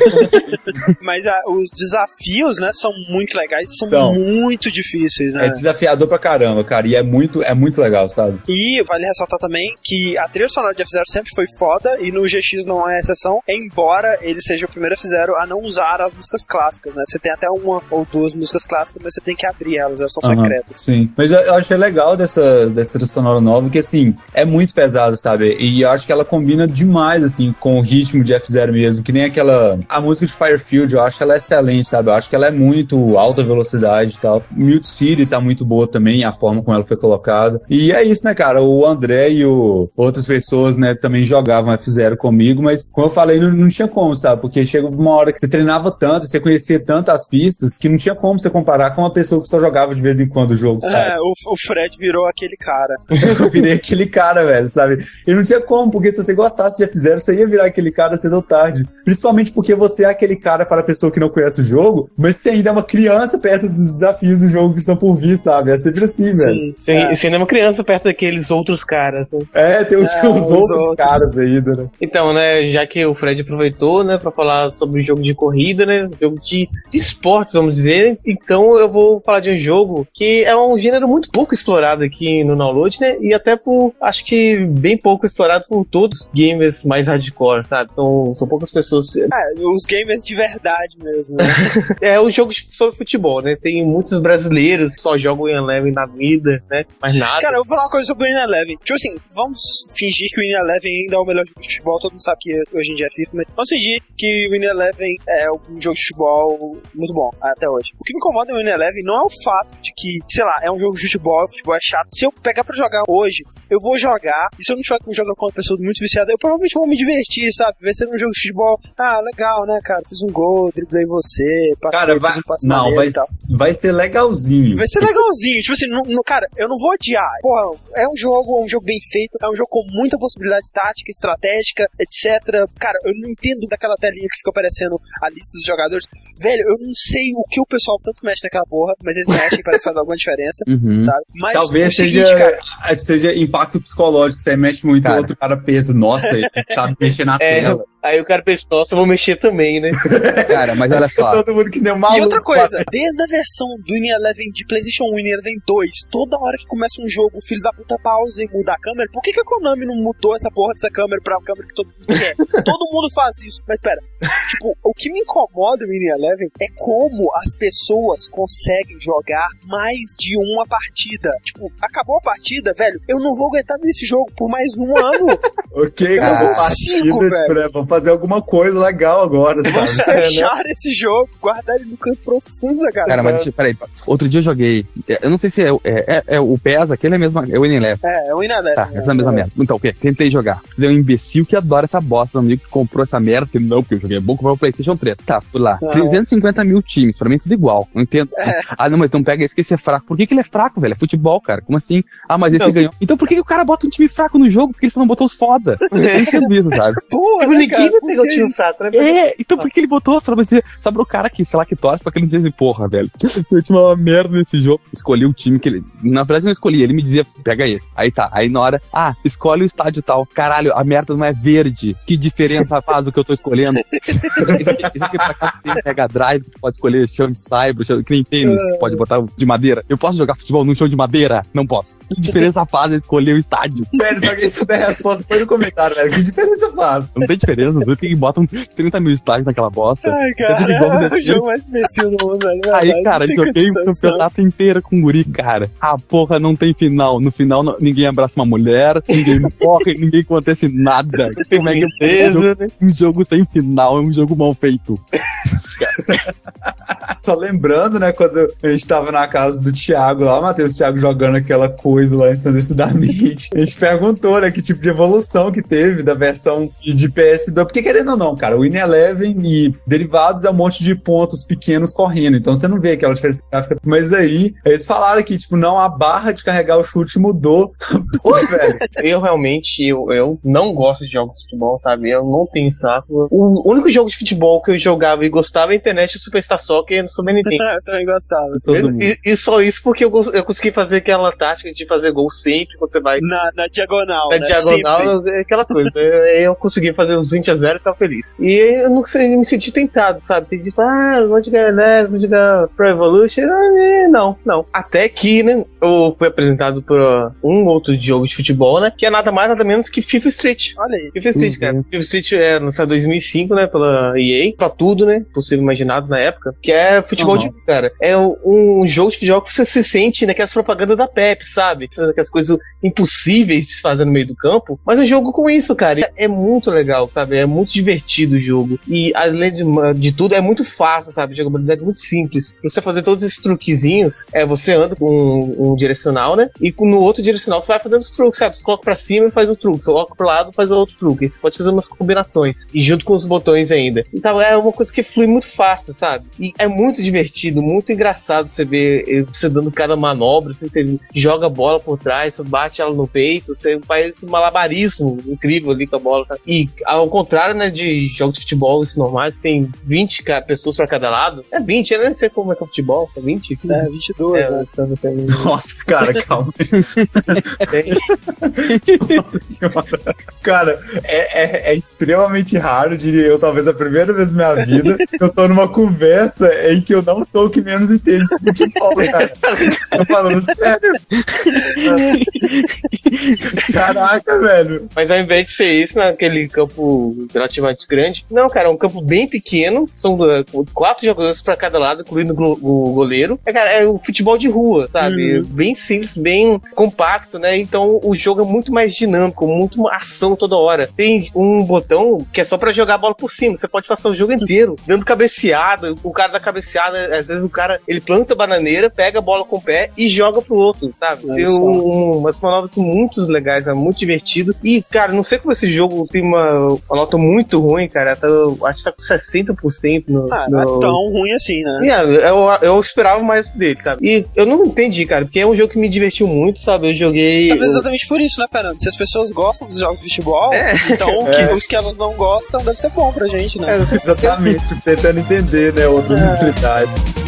Mas ah, os desafios, né, são muito legais e são Então, muito difíceis, né? É desafiador pra caramba, cara, e é muito, é muito legal, sabe? E vale ressaltar também que a trilha sonora de F zero sempre foi foda e no G X não é exceção, embora ele seja o primeiro F zero a não usar as músicas clássicas, né? Você tem até uma ou duas músicas clássicas, mas você tem que abrir elas, elas são Aham, secretas. sim, mas eu, eu achei legal dessa, dessa trilha sonora nova, que assim, é muito pesado, sabe? E eu acho que ela combina demais, assim, com o ritmo de F zero mesmo, que nem aquela... A música de Firefield, eu acho que ela é excelente, sabe? Eu acho que ela é muito alta velocidade e tal. Mute City tá muito boa também, a forma como ela foi colocada. E é isso, né, cara? O André e o, outras pessoas, né, também jogavam F zero comigo, mas como eu falei, não, não tinha como, sabe? Porque chega uma hora que você treinava tanto, você conhecia tanto as pistas, que não tinha como você comparar com uma pessoa que só jogava de vez em quando o jogo, sabe? É, o, o Fred virou aquele cara. Eu virei aquele cara, velho, sabe? E não tinha como, porque se você gostasse de F zero, você ia virar aquele cara cedo ou tarde. Principalmente porque você é aquele cara para a pessoa que não conhece o jogo, mas você ainda é uma criança perto dos desafios do jogo que estão por vir, sabe? É sempre assim, velho. Sim, Você, é. você ainda é uma criança perto daqueles outros caras. Né? É, tem os, É, os os outros, outros. caras ainda, né? Então, né, já que o Fred aproveitou, né, pra falar sobre o jogo de corrida, né, jogo de, de esportes, vamos dizer, então eu vou falar de um jogo que que é um gênero muito pouco explorado aqui no Download, né? E até por, acho que bem pouco explorado por todos os gamers mais hardcore, sabe? Então, são poucas pessoas... É, os gamers de verdade mesmo, né? É um jogo sobre futebol, né? Tem muitos brasileiros que só jogam em Eleven na vida, né? Mas nada. Cara, eu vou falar uma coisa sobre o Win Eleven. Tipo assim, vamos fingir que o Win Eleven ainda é o melhor jogo de futebol. Todo mundo sabe que hoje em dia é FIFA, mas vamos fingir que o Win Eleven é um jogo de futebol muito bom até hoje. O que me incomoda no Win Eleven não é o fato de que, sei lá, é um jogo de futebol, o futebol é chato. Se eu pegar pra jogar hoje, eu vou jogar, e se eu não tiver com jogando com uma pessoa muito viciada, eu provavelmente vou me divertir, sabe? Vai ser um jogo de futebol, ah, legal, né, cara? Fiz um gol, driblei você, passei, cara, vai, fiz um passe não, vai, e tal. vai ser legalzinho. Vai ser legalzinho, tipo assim, não, não, cara, eu não vou odiar. Porra, é um jogo, é um jogo bem feito, é um jogo com muita possibilidade tática, estratégica, etcétera. Cara, eu não entendo daquela telinha que fica aparecendo a lista dos jogadores. Velho, eu não sei o que o pessoal tanto mexe naquela porra, mas eles mexem, parece que faz alguma diferença, Uhum. sabe? Mas talvez o seguinte, seja, cara, seja impacto psicológico, você mexe muito, Cara. o outro cara pensa, nossa, ele sabe mexer na É, tela. aí o cara pensa, nossa, eu vou mexer também, né? Cara, mas olha só. Todo mundo que deu maluco. E outra coisa, desde a versão do Win Eleven de PlayStation um e Win Eleven dois, toda hora que começa um jogo, o filho da puta pausa e muda a câmera. Por que, que a Konami não mudou essa porra dessa câmera pra câmera que todo mundo quer? Todo mundo faz isso. Mas pera, tipo, o que me incomoda no Win Eleven é como as pessoas conseguem jogar mais de uma partida. Tipo, acabou a partida, velho, eu não vou aguentar nesse jogo por mais um ano. Ok, Eu cara, não partida, consigo, tipo, velho. né, vamos fazer alguma coisa legal agora, Vamos sabe? fechar esse jogo, guardar ele no canto profundo, cara. Cara, mas deixa, peraí. Outro dia eu joguei. Eu não sei se é, é, é, é o P E S, aquele é mesmo. É o Win Eleven. É, é o Win Eleven. Tá, essa é a mesma merda. Então, o quê? Tentei jogar. Tem um imbecil que adora essa bosta. Um amigo que comprou essa merda. Que não, porque eu joguei é bom, comprou o PlayStation três. Tá, fui lá. Ah. trezentos e cinquenta mil times. Pra mim é tudo igual. Não entendo. É. Ah, não, mas então pega esse que esse é fraco. Por que, que ele é fraco, velho? É futebol, cara. Como assim? Ah, mas esse Não. ganhou. Então por que, que o cara bota um time fraco no jogo? Porque ele só não botou os foda. Eu não entendo isso, sabe? Porra, Tipo, né, ninguém cara? vai Por pegar o que time isso? fraco, né? É, então por que ele botou? Só pra dizer, só pro cara que, sei lá, que torce pra aquele dia de porra, velho. Meu time é uma merda nesse jogo. Escolhi o time que ele. Na verdade, não escolhi, ele me dizia, pega esse. Aí tá, aí na hora, ah, escolhe o estádio tal. Caralho, a merda não é verde. Que diferença faz o que eu tô escolhendo? Esse aqui, esse aqui pra cá tem Mega Drive, que tu pode escolher chão de saibro, chão, que nem tênis, que pode botar de madeira. Eu posso jogar futebol num chão de madeira? Não posso. Que diferença faz escolher o estádio? Velho, se alguém souber a resposta, põe no comentário, velho. Que diferença faz? Não tem diferença, não tem que botam trinta mil estádios naquela bosta. Ai, Eu fico igual cara, no é o jogo mais imbecil do mundo, velho. Aí, Verdade, cara, não tem joguei o condição, campeonato inteiro com o guri, cara. Ah, porra, não tem final. No final, não- ninguém abraça uma mulher, ninguém morre, ninguém acontece nada. Como é que é um jogo, um jogo sem final? É um jogo mal feito. Só lembrando, né, quando a gente tava na casa do Thiago lá, o Matheus, o Thiago jogando aquela coisa lá ensandecidamente, a gente perguntou, né, que tipo de evolução que teve da versão de P S dois, porque querendo ou não, cara, o Win Eleven e derivados é um monte de pontos pequenos correndo, então você não vê aquela diferença gráfica, mas aí, eles falaram que, tipo, não, a barra de carregar o chute mudou. Pô, velho. Eu realmente, eu, eu não gosto de jogos de futebol, sabe? Eu não tenho saco. O único jogo de futebol que eu jogava e gostava é a internet e Superstar Soccer no Super Nintendo. Eu também gostava. Todo mundo. E, e só isso porque eu, gos- eu consegui fazer aquela tática de fazer gol sempre quando você vai Na, na diagonal, na né? diagonal, Sempre. é aquela coisa. eu, eu consegui fazer uns vinte a zero e ficava feliz. E eu não sei, me senti tentado, sabe? Tem de falar, ah, vou jogar Eleven, vou jogar Pro Evolution. Ah, Não, não. Até que, né, eu fui apresentado por uh, um outro jogo de futebol, né? Que é nada mais, nada menos que FIFA Street. Olha aí. FIFA Street, Uhum. cara. FIFA Street é lançado em dois mil e cinco, né, pela E A, pra tudo, né, possível imaginado na época, que é futebol Uhum. de, cara, é um jogo de futebol que você se sente naquelas propagandas da Pepsi, sabe? Aquelas coisas impossíveis de se fazer no meio do campo, mas um jogo com isso, cara, é muito legal, sabe? É muito divertido o jogo, e além de, de tudo, é muito fácil, sabe? A jogabilidade é muito simples. Pra você fazer todos esses truquezinhos, é, você anda com um, um direcional, né, e no outro direcional você vai fazendo os truques, sabe? Você coloca pra cima e faz o truque, você coloca pro lado e faz o outro truque, você pode fazer umas combinações, e junto com os botões ainda. Então é uma coisa que flui muito fácil, sabe? E é muito divertido, muito engraçado você ver eh, você dando cada manobra, assim, você joga a bola por trás, você bate ela no peito, você faz um malabarismo incrível ali com a bola, tá? E ao contrário, né, de jogos de futebol esses normais, tem vinte ca- pessoas pra cada lado. É vinte, eu não sei como é que é o futebol, é vinte? É, vinte e dois, É, né? você não sei. Nossa, cara, calma. Tem- Nossa senhora. Cara, é, é, é extremamente raro, diria eu, talvez a primeira vez na minha vida, eu tô numa conversa em que eu não sou o que menos entende de futebol, cara. Tô falando sério. Caraca, velho. Mas ao invés de ser isso, naquele campo relativamente grande, não, cara, é um campo bem pequeno, são uh, quatro jogadores pra cada lado, incluindo o goleiro. É, cara, é o futebol de rua, sabe? Uhum. Bem simples, bem compacto, né? Então o jogo é muito mais dinâmico, muito ação toda hora. Tem um botão que é só pra jogar a bola por cima. Você pode passar o jogo inteiro dando cabeceada. O cara da cabeceada, às vezes o cara, ele planta a bananeira, pega a bola com o pé e joga pro outro, sabe? Tem um, um, umas manobras muito legais, é muito divertido. E, cara, não sei como esse jogo tem uma, uma nota muito ruim, cara. Tá, acho que tá com sessenta por cento no... Ah, no... não é tão ruim assim, né? Yeah, eu, eu esperava mais dele, sabe? E eu não entendi, cara, porque é um jogo que me divertiu muito, sabe? Eu joguei... Talvez eu... exatamente por isso, né, Fernando? Se as pessoas gostam dos jogos de futebol, é. então é. Que, os que elas não gostam deve ser bom pra gente, né? É, exatamente, tentando entender, né, outras é. utilidades.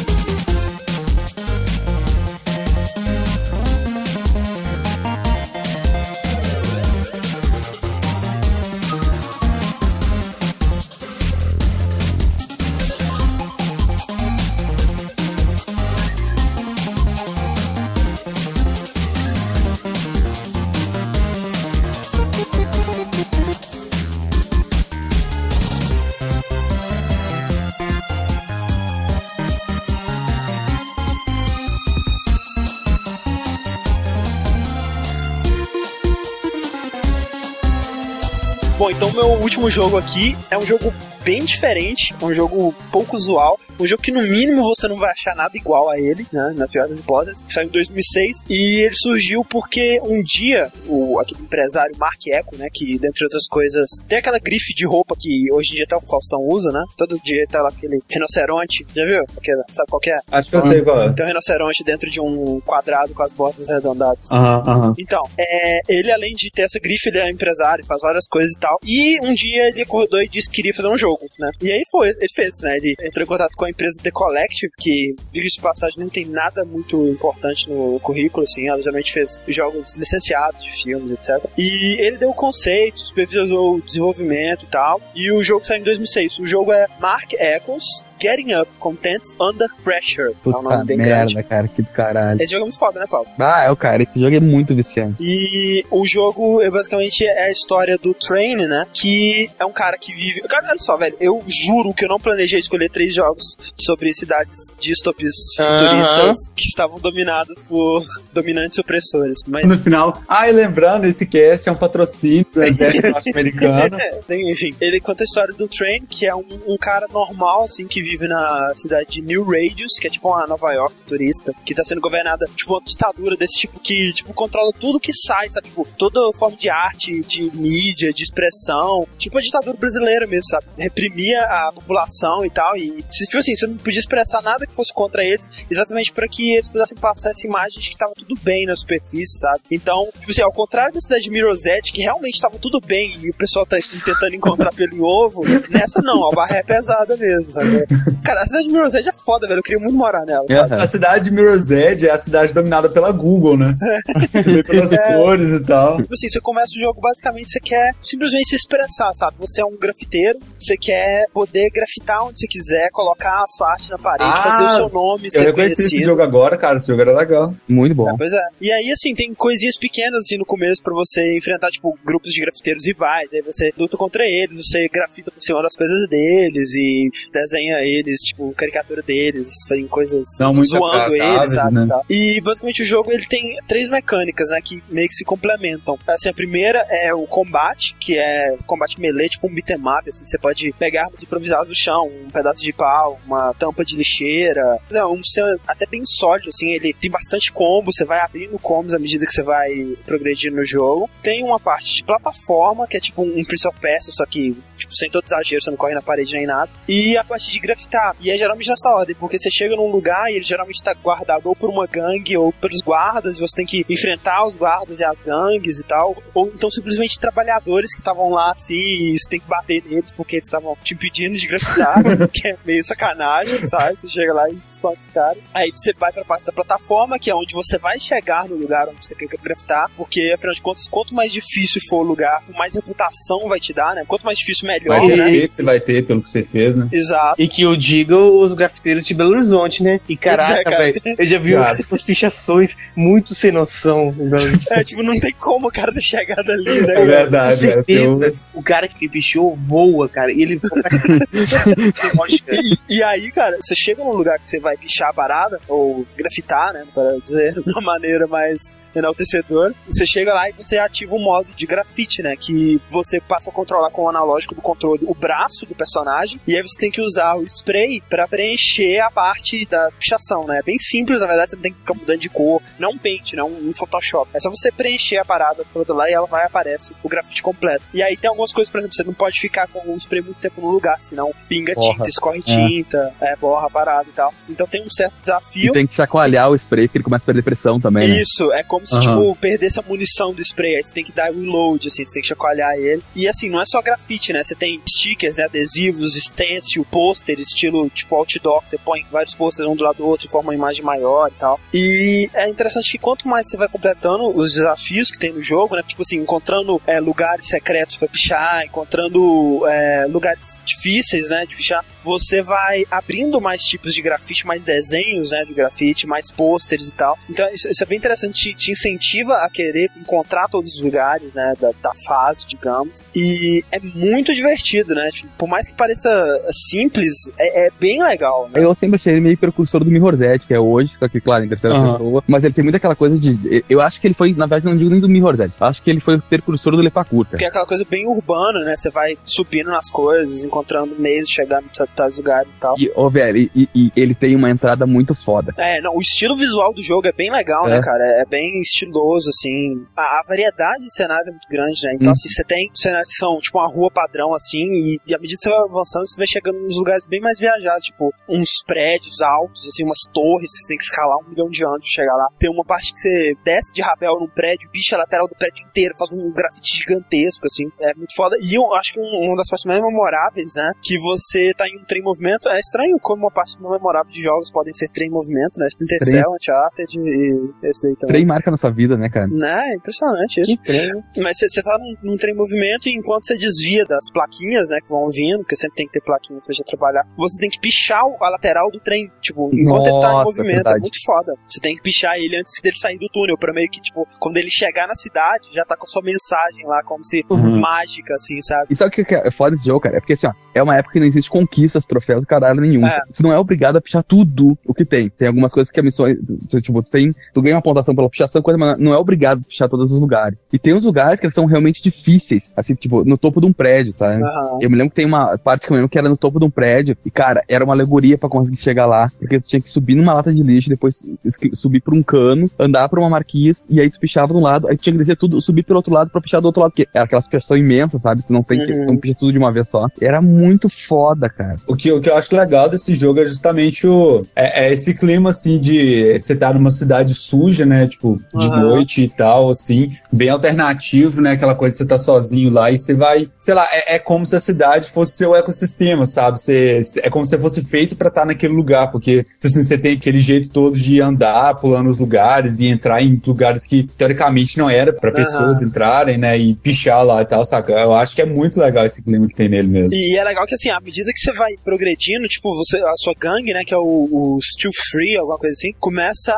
Bom, então o meu último jogo aqui é um jogo bem diferente, um jogo pouco usual, um jogo que no mínimo você não vai achar nada igual a ele, né, na pior das hipóteses, que saiu em dois mil e seis, e ele surgiu porque um dia o aquele empresário Mark Ecko, né, que dentre outras coisas tem aquela grife de roupa que hoje em dia até o Faustão usa, né, todo dia tá lá aquele rinoceronte, já viu? Aquela, sabe qual que é? Acho que eu sei qual é. Tem um rinoceronte dentro de um quadrado com as bordas arredondadas. Aham, aham. Então, é, ele além de ter essa grife, ele é empresário, faz várias coisas e tal, e um dia ele acordou e disse que queria fazer um jogo, né? E aí foi, ele fez, né? Ele entrou em contato com a empresa The Collective, que, diga-se de passagem, não tem nada muito importante no currículo, assim, ela geralmente fez jogos licenciados de filmes, etcétera. E ele deu o conceito, supervisou o desenvolvimento e tal, e o jogo saiu em dois mil e seis. O jogo é Mark Echoes Getting Up, Contents Under Pressure. Puta é um nome bem merda, grande. cara, que do caralho. Esse jogo é muito foda, né, Paulo? Ah, é o cara, esse jogo é muito viciante. E o jogo, é, basicamente, é a história do Train, né, que é um cara que vive... Cara, olha só, velho, eu juro que eu não planejei escolher três jogos sobre cidades dístopes futuristas uh-huh. que estavam dominadas por dominantes opressores, mas... No final, ah, e lembrando, esse cast é um patrocínio do exército norte-americano. Enfim, ele conta a história do Train, que é um, um cara normal, assim, que vive na cidade de New Radius, que é tipo uma Nova York futurista, que tá sendo governada, tipo, uma ditadura desse tipo que, tipo, controla tudo que sai, sabe? Tipo, toda forma de arte, de mídia, de expressão, tipo a ditadura brasileira mesmo, sabe? Reprimia a população e tal, e, tipo assim, você não podia expressar nada que fosse contra eles, exatamente para que eles pudessem passar essa imagem de que tava tudo bem na superfície, sabe? Então, tipo assim, ao contrário da cidade de Mirror's Edge, que realmente tava tudo bem e o pessoal tá tentando encontrar pelo em ovo, nessa não, a barra é pesada mesmo, sabe? Cara, a cidade de Mirror's Edge é foda, velho, eu queria muito morar nela, sabe? A cidade de Mirror's Edge é a cidade dominada pela Google, né? Pelas é, cores e tal. Tipo assim, você começa o jogo, basicamente, você quer simplesmente se expressar, sabe? Você é um grafiteiro, você quer poder grafitar onde você quiser, colocar a sua arte na parede, ah, fazer o seu nome, ser eu reconheci conhecido. Esse jogo agora, cara, esse jogo era legal. Muito bom. É, pois é. E aí, assim, tem coisinhas pequenas, assim, no começo pra você enfrentar, tipo, grupos de grafiteiros rivais, aí você luta contra eles, você grafita por cima das coisas deles e desenha eles, tipo, caricatura deles, fazem coisas Não, muito zoando eles, sabe? Né? E, basicamente, o jogo, ele tem três mecânicas, né, que meio que se complementam. Assim, a primeira é o combate, que é combate melee, tipo um beat'em up, assim, você pode pegar armas improvisadas do chão, um pedaço de pau, uma tampa de lixeira, é um sistema até bem sólido, assim, ele tem bastante combo, você vai abrindo combos à medida que você vai progredindo no jogo. Tem uma parte de plataforma, que é tipo um Prince of Persia, só que, tipo, sem todo exagero, você não corre na parede nem nada. E a parte de grafite grafitar. E é geralmente nessa ordem, porque você chega num lugar e ele geralmente está guardado ou por uma gangue ou pelos guardas, e você tem que enfrentar os guardas e as gangues e tal, ou então simplesmente trabalhadores que estavam lá assim, e você tem que bater neles porque eles estavam te impedindo de grafitar, que é meio sacanagem, sabe? Você chega lá e explode os caras. Aí você vai pra parte da plataforma, que é onde você vai chegar no lugar onde você quer grafitar, porque afinal de contas, quanto mais difícil for o lugar, mais reputação vai te dar, né? Quanto mais difícil, melhor, mais né? respeito você vai ter pelo que você fez, né? Exato. E que eu digo os grafiteiros de Belo Horizonte, né? E caraca, é, velho, eu já vi essas pichações muito sem noção. É, tipo, não tem como o cara ter chegado ali, né? É verdade, é. Certeza, o cara que pichou voa, cara, e ele voa. e, e aí, cara, você chega num lugar que você vai pichar a parada, ou grafitar, né, para dizer de uma maneira mais enaltecedora, você chega lá e você ativa o modo de grafite, né, que você passa a controlar com o analógico do controle o braço do personagem, e aí você tem que usar o spray pra preencher a parte da pichação, né, é bem simples, na verdade, você não tem que ficar mudando de cor, não é um paint, não um Photoshop, é só você preencher a parada toda lá e ela vai aparece o grafite completo. E aí tem algumas coisas, por exemplo, você não pode ficar com o spray muito tempo no lugar, senão pinga borra. tinta, escorre é. tinta, é, borra a parada e tal. Então tem um certo desafio. E tem que chacoalhar o spray, porque ele começa a perder pressão também, né? Isso, é como se, uhum. tipo, perdesse a munição do spray, aí você tem que dar reload, assim, você tem que chacoalhar ele. E assim, não é só grafite, né? Você tem stickers, né, adesivos, stencil, pôster, estilo, tipo, outdoor, que você põe vários pôsteres um do lado do outro e forma uma imagem maior e tal. E é interessante que quanto mais você vai completando os desafios que tem no jogo, né? Tipo assim, encontrando é, lugares secretos pra pichar, encontrando é, lugares difíceis, né, de pichar, você vai abrindo mais tipos de grafite, mais desenhos, né, de grafite, mais pôsteres e tal. Então isso, isso é bem interessante, te, te incentiva a querer encontrar todos os lugares, né, da, da fase, digamos, e é muito divertido, né, tipo, por mais que pareça simples, é, é bem legal, né? Eu sempre achei ele meio precursor do Mirror's, que é hoje, só que, claro, em terceira uhum. pessoa, mas ele tem muita aquela coisa de, eu acho que ele foi, na verdade, não digo nem do Mirror's, acho que ele foi o precursor do Lepacur, cara. Porque é aquela coisa bem urbana, né, você vai subindo nas coisas, encontrando meios de chegar em tais lugares e tal. E, oh, velho, e, e, e ele tem uma entrada muito foda. É, não, o estilo visual do jogo é bem legal, é. né, cara? É bem estiloso, assim. A, a variedade de cenários é muito grande, né? Então, hum. assim, você tem cenários que são, tipo, uma rua padrão, assim, e, e à medida que você vai avançando, você vai chegando nos lugares bem mais viajados, tipo, uns prédios altos, assim, umas torres que você tem que escalar um milhão de anos pra chegar lá. Tem uma parte que você desce de rapel num prédio, picha a lateral do prédio inteiro, faz um grafite gigantesco, assim. É muito foda. E eu acho que um, uma das partes mais memoráveis, né, que você tá em um trem em movimento. É estranho como uma parte memorável de jogos podem ser trem em movimento, né? Splinter trem. Cell, Uncharted e esse aí também. Trem marca na sua vida, né, cara? Né? É impressionante isso. Que trem. Mas você tá num, num trem em movimento e enquanto você desvia das plaquinhas, né, que vão vindo, porque sempre tem que ter plaquinhas pra já trabalhar, você tem que pichar a lateral do trem, tipo, enquanto Nossa, ele tá em movimento. É, é muito foda. Você tem que pichar ele antes dele sair do túnel, pra meio que, tipo, quando ele chegar na cidade, já tá com a sua mensagem lá, como se uhum. mágica, assim, sabe? E sabe o que é foda desse jogo, cara? É porque, assim, ó, é uma época que não existe conquistas, troféus, caralho nenhum. É. Você não é obrigado a pichar tudo o que tem. Tem algumas coisas que a missão, tipo, tu, tem, tu ganha uma pontuação pela pichação, coisa, mas não é obrigado a pichar todos os lugares. E tem uns lugares que eles são realmente difíceis, assim, tipo, no topo de um prédio, sabe? Uhum. Eu me lembro que tem uma parte que eu lembro que era no topo de um prédio, e, cara, era uma alegoria pra conseguir chegar lá, porque tu tinha que subir numa lata de lixo, depois subir por um cano, andar por uma marquise, e aí tu pichava de um lado, aí tu tinha que descer tudo, subir pelo outro lado pra pichar do outro lado, porque era aquelas pichação imensas, sabe? Tu não tem que, uhum. não picha tudo de uma vez só. Era muito foda, cara. O que, o que eu acho legal desse jogo é justamente o... É, é esse clima, assim, de você tá numa cidade suja, né? Tipo, de uhum. noite e tal, assim, bem alternativo, né? Aquela coisa de você tá sozinho lá e você vai... Sei lá, é, é como se a cidade fosse seu ecossistema, sabe? Você, é como se fosse feito pra estar naquele lugar, porque assim, você tem aquele jeito todo de andar, pulando os lugares e entrar em lugares que, teoricamente, não era pra pessoas uhum. entrarem, né? E pichar lá e tal, saca? Eu acho que é muito legal esse clima que tem nele mesmo. E é legal que, assim, à medida que você vai progredindo, tipo, você, a sua gangue, né, que é o, o Steel Free, alguma coisa assim, começa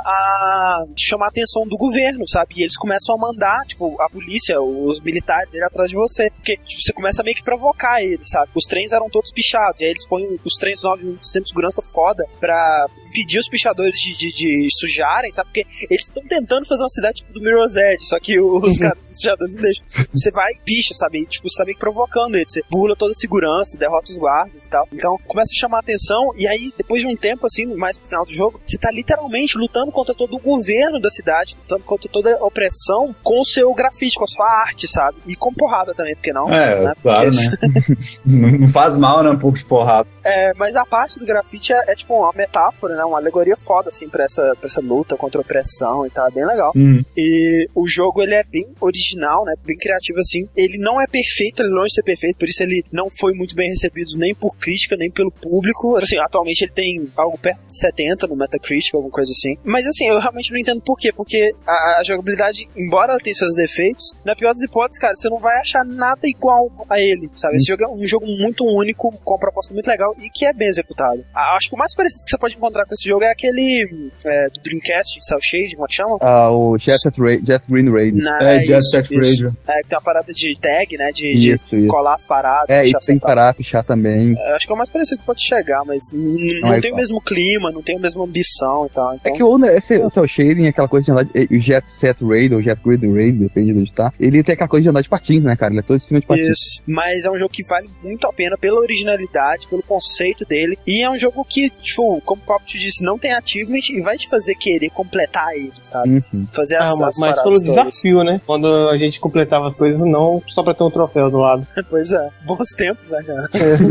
a chamar a atenção do governo, sabe? E eles começam a mandar, tipo, a polícia, os militares dele atrás de você. Porque, tipo, você começa a meio que provocar eles, sabe? Os trens eram todos pichados, e aí eles põem os trens novos no sistema de segurança foda pra impedir os pichadores de, de, de sujarem, sabe? Porque eles estão tentando fazer uma cidade tipo do Mirror's Edge, só que os caras, os pichadores não deixam. Você vai e picha, sabe? E, tipo, você tá meio que provocando eles. Você burla toda a segurança, derrota os guardas e tal. Então, começa a chamar a atenção, e aí, depois de um tempo, assim, mais pro final do jogo, você tá literalmente lutando contra todo o governo da cidade, lutando contra toda a opressão com o seu grafite, com a sua arte, sabe? E com porrada também, porque não? É, né? claro, Porque... né? não, não faz mal, né? Um pouco de porrada. É, mas a parte do grafite é, é tipo uma metáfora, né? Uma alegoria foda, assim, pra essa, pra essa luta contra a opressão e tal, é bem legal. Hum. E o jogo, ele é bem original, né? Bem criativo, assim. Ele não é perfeito, ele é longe de ser perfeito, por isso ele não foi muito bem recebido nem por crítica, nem pelo público. Assim, atualmente ele tem algo perto de setenta no Metacritic, alguma coisa assim. Mas, assim, eu realmente não entendo por quê, porque a, a jogabilidade, embora ela tenha seus defeitos, na pior das hipóteses, cara, você não vai achar nada igual a ele, sabe? Esse jogo é um jogo muito único, com uma proposta muito legal e que é bem executado. Acho que o mais parecido que você pode encontrar com esse jogo é aquele é, do Dreamcast, Cell Shade, como é que chama? Ah, o Jet, Set Ra- Jet Green Radio. Na, É, é Jet isso, Set isso. Radio. É, que tem uma parada de tag, né? De, Isso, de isso. colar as paradas. É, e deixar tem que separado. parar, pichar também. É, acho que é o mais parecido que pode chegar, mas n- não, Não é tem o igual. mesmo clima, não tem a mesma ambição e tal. Então... É que o, né, esse, o Cell Shading, aquela coisa de andar de, o Jet Set Radio, ou Jet Grid Radio, depende de onde tá, ele tem aquela coisa de andar de patins, né, cara? Ele é todo de cima de patins. Isso, mas é um jogo que vale muito a pena pela originalidade, pelo conceito dele, e é um jogo que, tipo, como o Papo te disse, não tem achievement e vai te fazer querer completar ele, sabe? Uhum. Fazer as, Ah, as mas, mas paradas pelo todas. desafio, né? Quando a gente completava as coisas, não só pra ter um troféu do lado. Pois é, bons tempos, né, cara?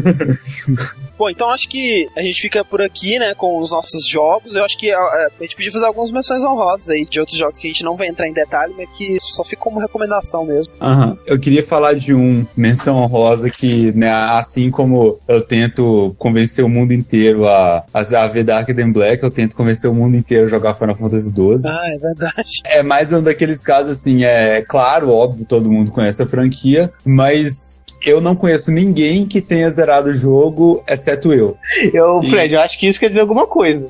Bom, então acho que a gente fica por aqui, né, com os nossos jogos. Eu acho que é, a gente podia fazer algumas menções honrosas aí de outros jogos que a gente não vai entrar em detalhe, mas que só fica como recomendação mesmo. Aham. Eu queria falar de um menção honrosa que, né, assim como eu tento convencer o mundo inteiro a, a ver Dark than Black, eu tento convencer o mundo inteiro a jogar Final Fantasy doze. Ah, é verdade. É mais um daqueles casos, assim, é claro, óbvio, todo mundo conhece a franquia, mas eu não conheço ninguém que tenha zerado o jogo, exceto eu. Eu, E- Fred, eu acho que isso quer dizer alguma coisa.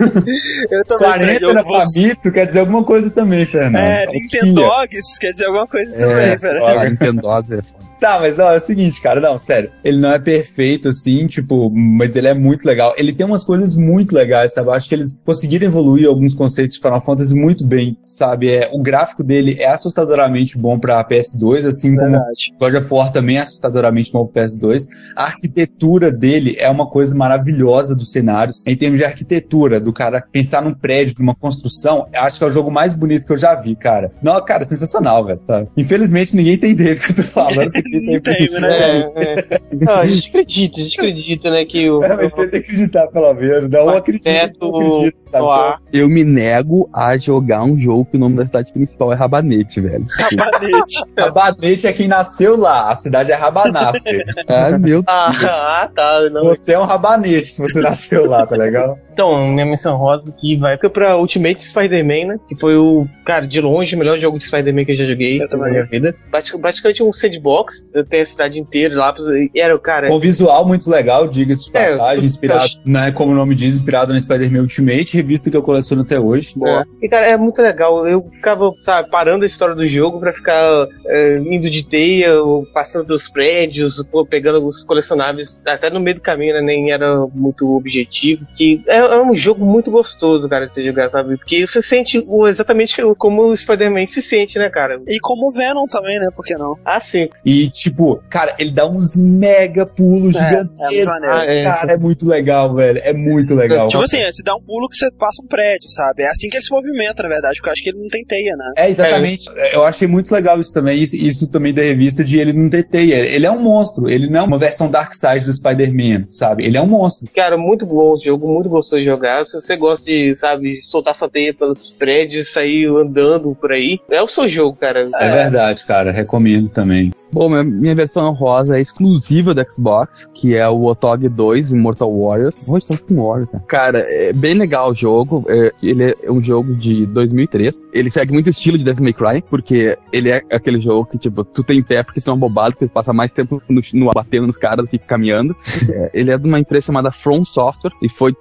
Eu também, Fred, quarenta eu na vou... Famitsu quer dizer alguma coisa também, Fernando. É, Alquimia. Nintendogs quer dizer alguma coisa também, velho. olha. Ah, Nintendo Dogs é foda. Tá, mas ó, é o seguinte, cara, não, sério, ele não é perfeito, assim, tipo, mas ele é muito legal. Ele tem umas coisas muito legais, sabe? Eu acho que eles conseguiram evoluir alguns conceitos de Final Fantasy muito bem, sabe? É, o gráfico dele é assustadoramente bom pra P S dois, assim como Verdade. God of War também é assustadoramente bom pro P S dois. A arquitetura dele é uma coisa maravilhosa dos cenários. Em termos de arquitetura, do cara pensar num prédio, numa construção, eu acho que é o jogo mais bonito que eu já vi, cara. Não, cara, sensacional, velho. Tá? Infelizmente, ninguém tem ideia do que eu tô falando. porque Não tem, isso, né? É, é. Não, a gente acredita, a gente acredita, né, que o... É, mas tenta acreditar, pelo menos. Não acredita, arquiteto não acredita, sabe? Soar. Eu me nego a jogar um jogo que o nome da cidade principal é Rabanete, velho. Rabanete. Rabanete é quem nasceu lá. A cidade é Rabanastre. Ah, meu Deus. Ah, tá. Não. Você é um rabanete se você nasceu lá, tá legal? Então, minha menção rosa aqui vai fica pra Ultimate Spider-Man, né? Que foi o, cara, de longe, o melhor jogo de Spider-Man que eu já joguei Eu na também. minha vida. Pratic- Praticamente um sandbox, tem a cidade inteira lá. E era o cara. Um visual muito legal, diga-se de É, passagem, eu- inspirado, né, como o nome diz, inspirado no Spider-Man Ultimate, revista que eu coleciono até hoje. É. E, cara, é muito legal. Eu ficava, sabe, parando a história do jogo pra ficar é, indo de teia, ou passando pelos prédios, pô, pegando os colecionáveis, até no meio do caminho, né? Nem era muito objetivo. Que é, é um jogo muito gostoso, cara, de você jogar, sabe? Porque você sente o- exatamente como o Spider-Man se sente, né, cara? E como o Venom também, né? Por que não? Ah, sim. E, tipo, cara, ele dá uns mega pulos É, é gigantescos. muito maneiro. Ah, é. Cara, é muito legal, velho. É muito legal. Tipo assim, é, se dá um pulo que você passa um prédio, sabe? É assim que ele se movimenta, na verdade, porque eu acho que ele não tem teia, né? É, exatamente. Eu achei muito legal isso também, isso, isso também da revista de ele não ter teia. Ele é um monstro, ele não é uma versão Darkseid do Spider-Man, sabe? Ele é um monstro. Cara, muito bom o jogo, muito gostoso de jogar. Se você gosta de, sabe, soltar sua teia pelos prédios, sair andando por aí, é o seu jogo, cara. É, verdade, cara. Recomendo também. Bom, minha, minha versão rosa é exclusiva do Xbox, que é o Otog dois Immortal Warriors. Hoje estamos com Warriors, cara. Cara, é bem legal o jogo. É, ele é um jogo de dois mil e três. Ele segue muito o estilo de Devil May Cry, porque ele é aquele jogo que, tipo, tu tem pé porque tu é um bobado, porque tu passa mais tempo no, no batendo nos caras do que caminhando. É, ele é de uma empresa chamada From Software e foi distribuído pela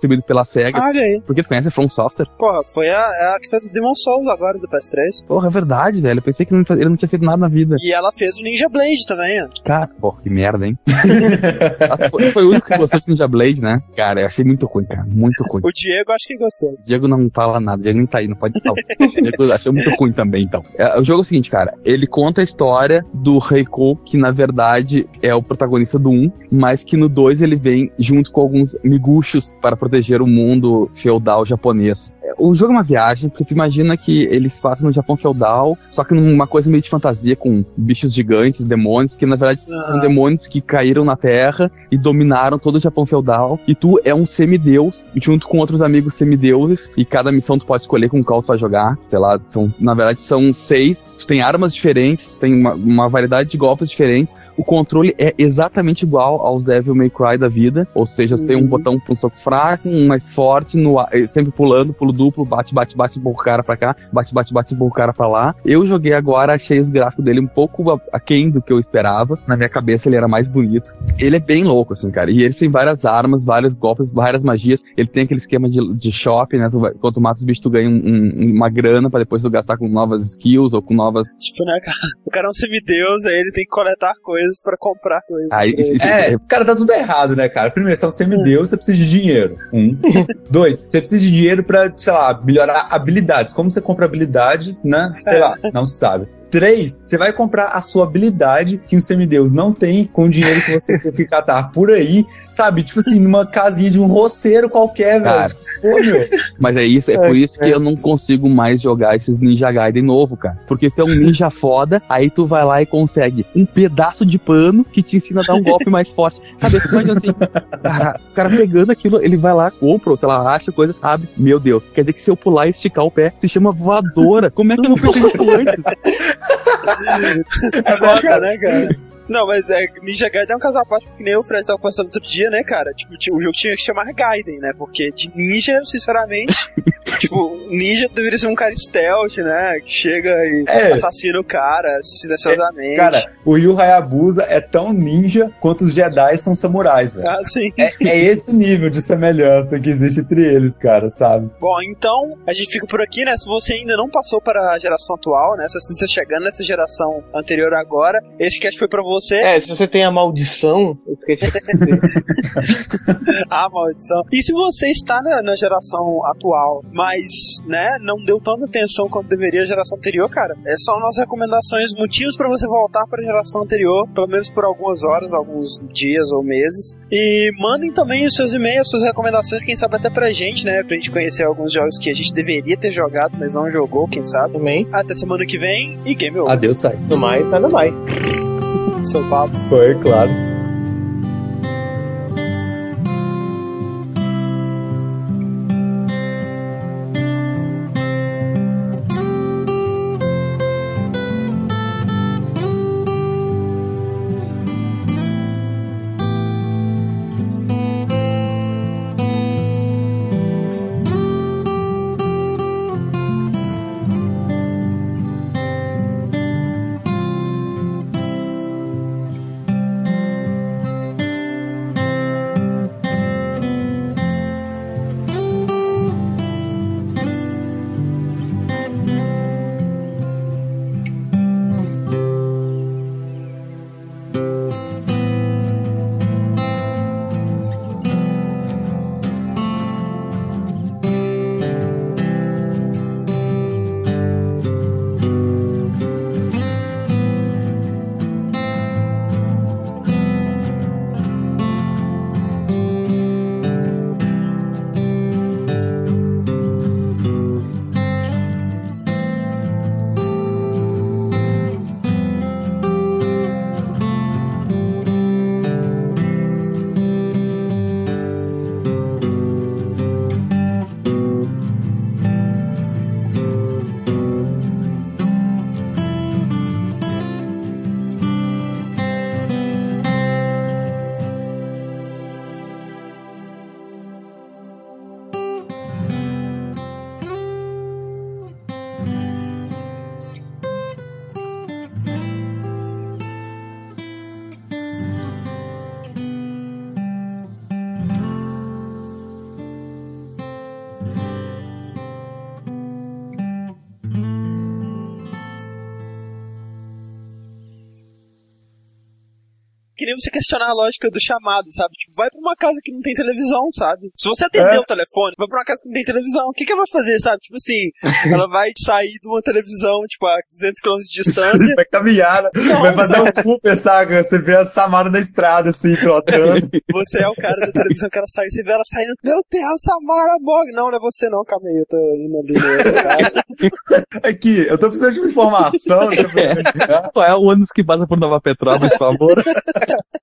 SEGA. Olha aí. Porque tu conhece a From Software? Porra, foi a, a que fez o Demon Souls agora do P S três. Porra, é verdade, velho. Eu pensei que ele não, faz- ele não tinha feito nada na vida. E ela fez o Ninja Blade também, ó. Cara, porra, que merda, hein? Ah, foi, foi o único que gostou de Ninja Blade, né? Cara, eu achei muito ruim, cara. Muito ruim. O Diego acho que gostou. O Diego não fala nada, o Diego nem tá aí, não pode falar. O Diego achou muito ruim também, então. É, o jogo é o seguinte, cara, ele conta a história do Reiko, que na verdade é o protagonista do um, mas que no dois ele vem junto com alguns miguxos para proteger o mundo feudal japonês. É, o jogo é uma viagem, porque tu imagina que eles passam no Japão feudal, só que numa coisa meio de fantasia, com bichos gigantes, demônios, que na verdade Ah. são demônios que caíram na Terra e dominaram todo o Japão feudal, e tu é um semideus, junto com outros amigos semideuses, e cada missão tu pode escolher com qual tu vai jogar, sei lá, são, na verdade são seis, tu tem armas diferentes, tu tem uma, uma variedade de golpes diferentes. O controle é exatamente igual aos Devil May Cry da vida, ou seja, você tem um botão pra um soco fraco, um mais forte, no, ar- sempre pulando, pulo duplo, bate, bate, bate, empurra o cara pra cá, bate, bate, bate, empurra o cara pra lá. Eu joguei agora, achei os gráficos dele um pouco a- aquém do que eu esperava. Na minha cabeça ele era mais bonito. Ele é bem louco, assim, cara. E ele tem várias armas, vários golpes, várias magias. Ele tem aquele esquema de, de shop, né? Tu vai, quando tu mata os bichos, tu ganha um- um- uma grana pra depois tu gastar com novas skills ou com novas... Tipo, né, cara? O cara é um semideus, aí ele tem que coletar coisas pra comprar coisas. Aí, pra ele. isso- É, cara, tá tudo errado, né, cara? Primeiro, você é um semideus, você precisa de dinheiro. Um. Dois, você precisa de dinheiro pra, sei lá, melhorar habilidades. Como você compra habilidade, né? Sei lá, não se sabe. Três, você vai comprar a sua habilidade que um semideus não tem com o dinheiro que você teve que catar por aí, sabe? Tipo assim, numa casinha de um roceiro qualquer, Cara. velho. Pô, meu. Mas é isso, é por isso que eu não consigo mais jogar esses Ninja Gaiden novo, cara. Porque tu é um ninja foda, aí tu vai lá e consegue um pedaço de pano que te ensina a dar um golpe mais forte. Sabe? Tu imagina assim, cara, o cara pegando aquilo, ele vai lá, compra, ou sei lá, acha coisa, abre. Meu Deus, quer dizer que se eu pular e esticar o pé, se chama voadora. Como é que eu não pensei nisso antes? É foda, né, cara? Não, mas é, Ninja Gaiden é um caso à parte, porque nem o Fred tava conversando outro dia, né, cara? Tipo, t- o jogo tinha que chamar Gaiden, né? Porque de ninja, sinceramente, tipo, ninja deveria ser um cara stealth, né? Que chega e É. assassina o cara silenciosamente. Cara, o Yu Hayabusa é tão ninja quanto os Jedi são samurais, velho. Ah, sim. É, é esse nível de semelhança que existe entre eles, cara, sabe? Bom, então, a gente fica por aqui, né? Se você ainda não passou para a geração atual, né? Se você está chegando nessa geração anterior agora, esse cast foi pra você. É, se você tem a maldição, esquece de dizer. Ah, maldição. E se você está na, na geração atual, mas, né, não deu tanta atenção quanto deveria a geração anterior, cara, é só nossas recomendações, motivos pra você voltar para a geração anterior, pelo menos por algumas horas, alguns dias ou meses. E mandem também os seus e-mails, suas recomendações, quem sabe até pra gente, né, pra gente conhecer alguns jogos que a gente deveria ter jogado, mas não jogou, quem sabe. Também. Até semana que vem e game over. Adeus, sai. No mais, nada mais. Sou o Pablo. Foi, claro. que nem você questionar a lógica do chamado, sabe? Tipo, vai pra uma casa que não tem televisão, sabe? Se você atender É. o telefone, vai pra uma casa que não tem televisão, o que que ela vai fazer, sabe? Tipo assim, ela vai sair de uma televisão, tipo, a duzentos quilômetros de distância. Vai caminhar, né? Não, Vai fazer um Cooper, saca? Você vê a Samara na estrada, assim, trotando. Você é o cara da televisão que ela sai, você vê ela saindo, meu Deus, Samara morre. Não, não é você não, calma aí, eu tô indo ali no outro cara. Aqui, eu tô precisando de uma informação. deixa eu ver. Qual é o ônibus que passa por Nova Petrópolis, por favor?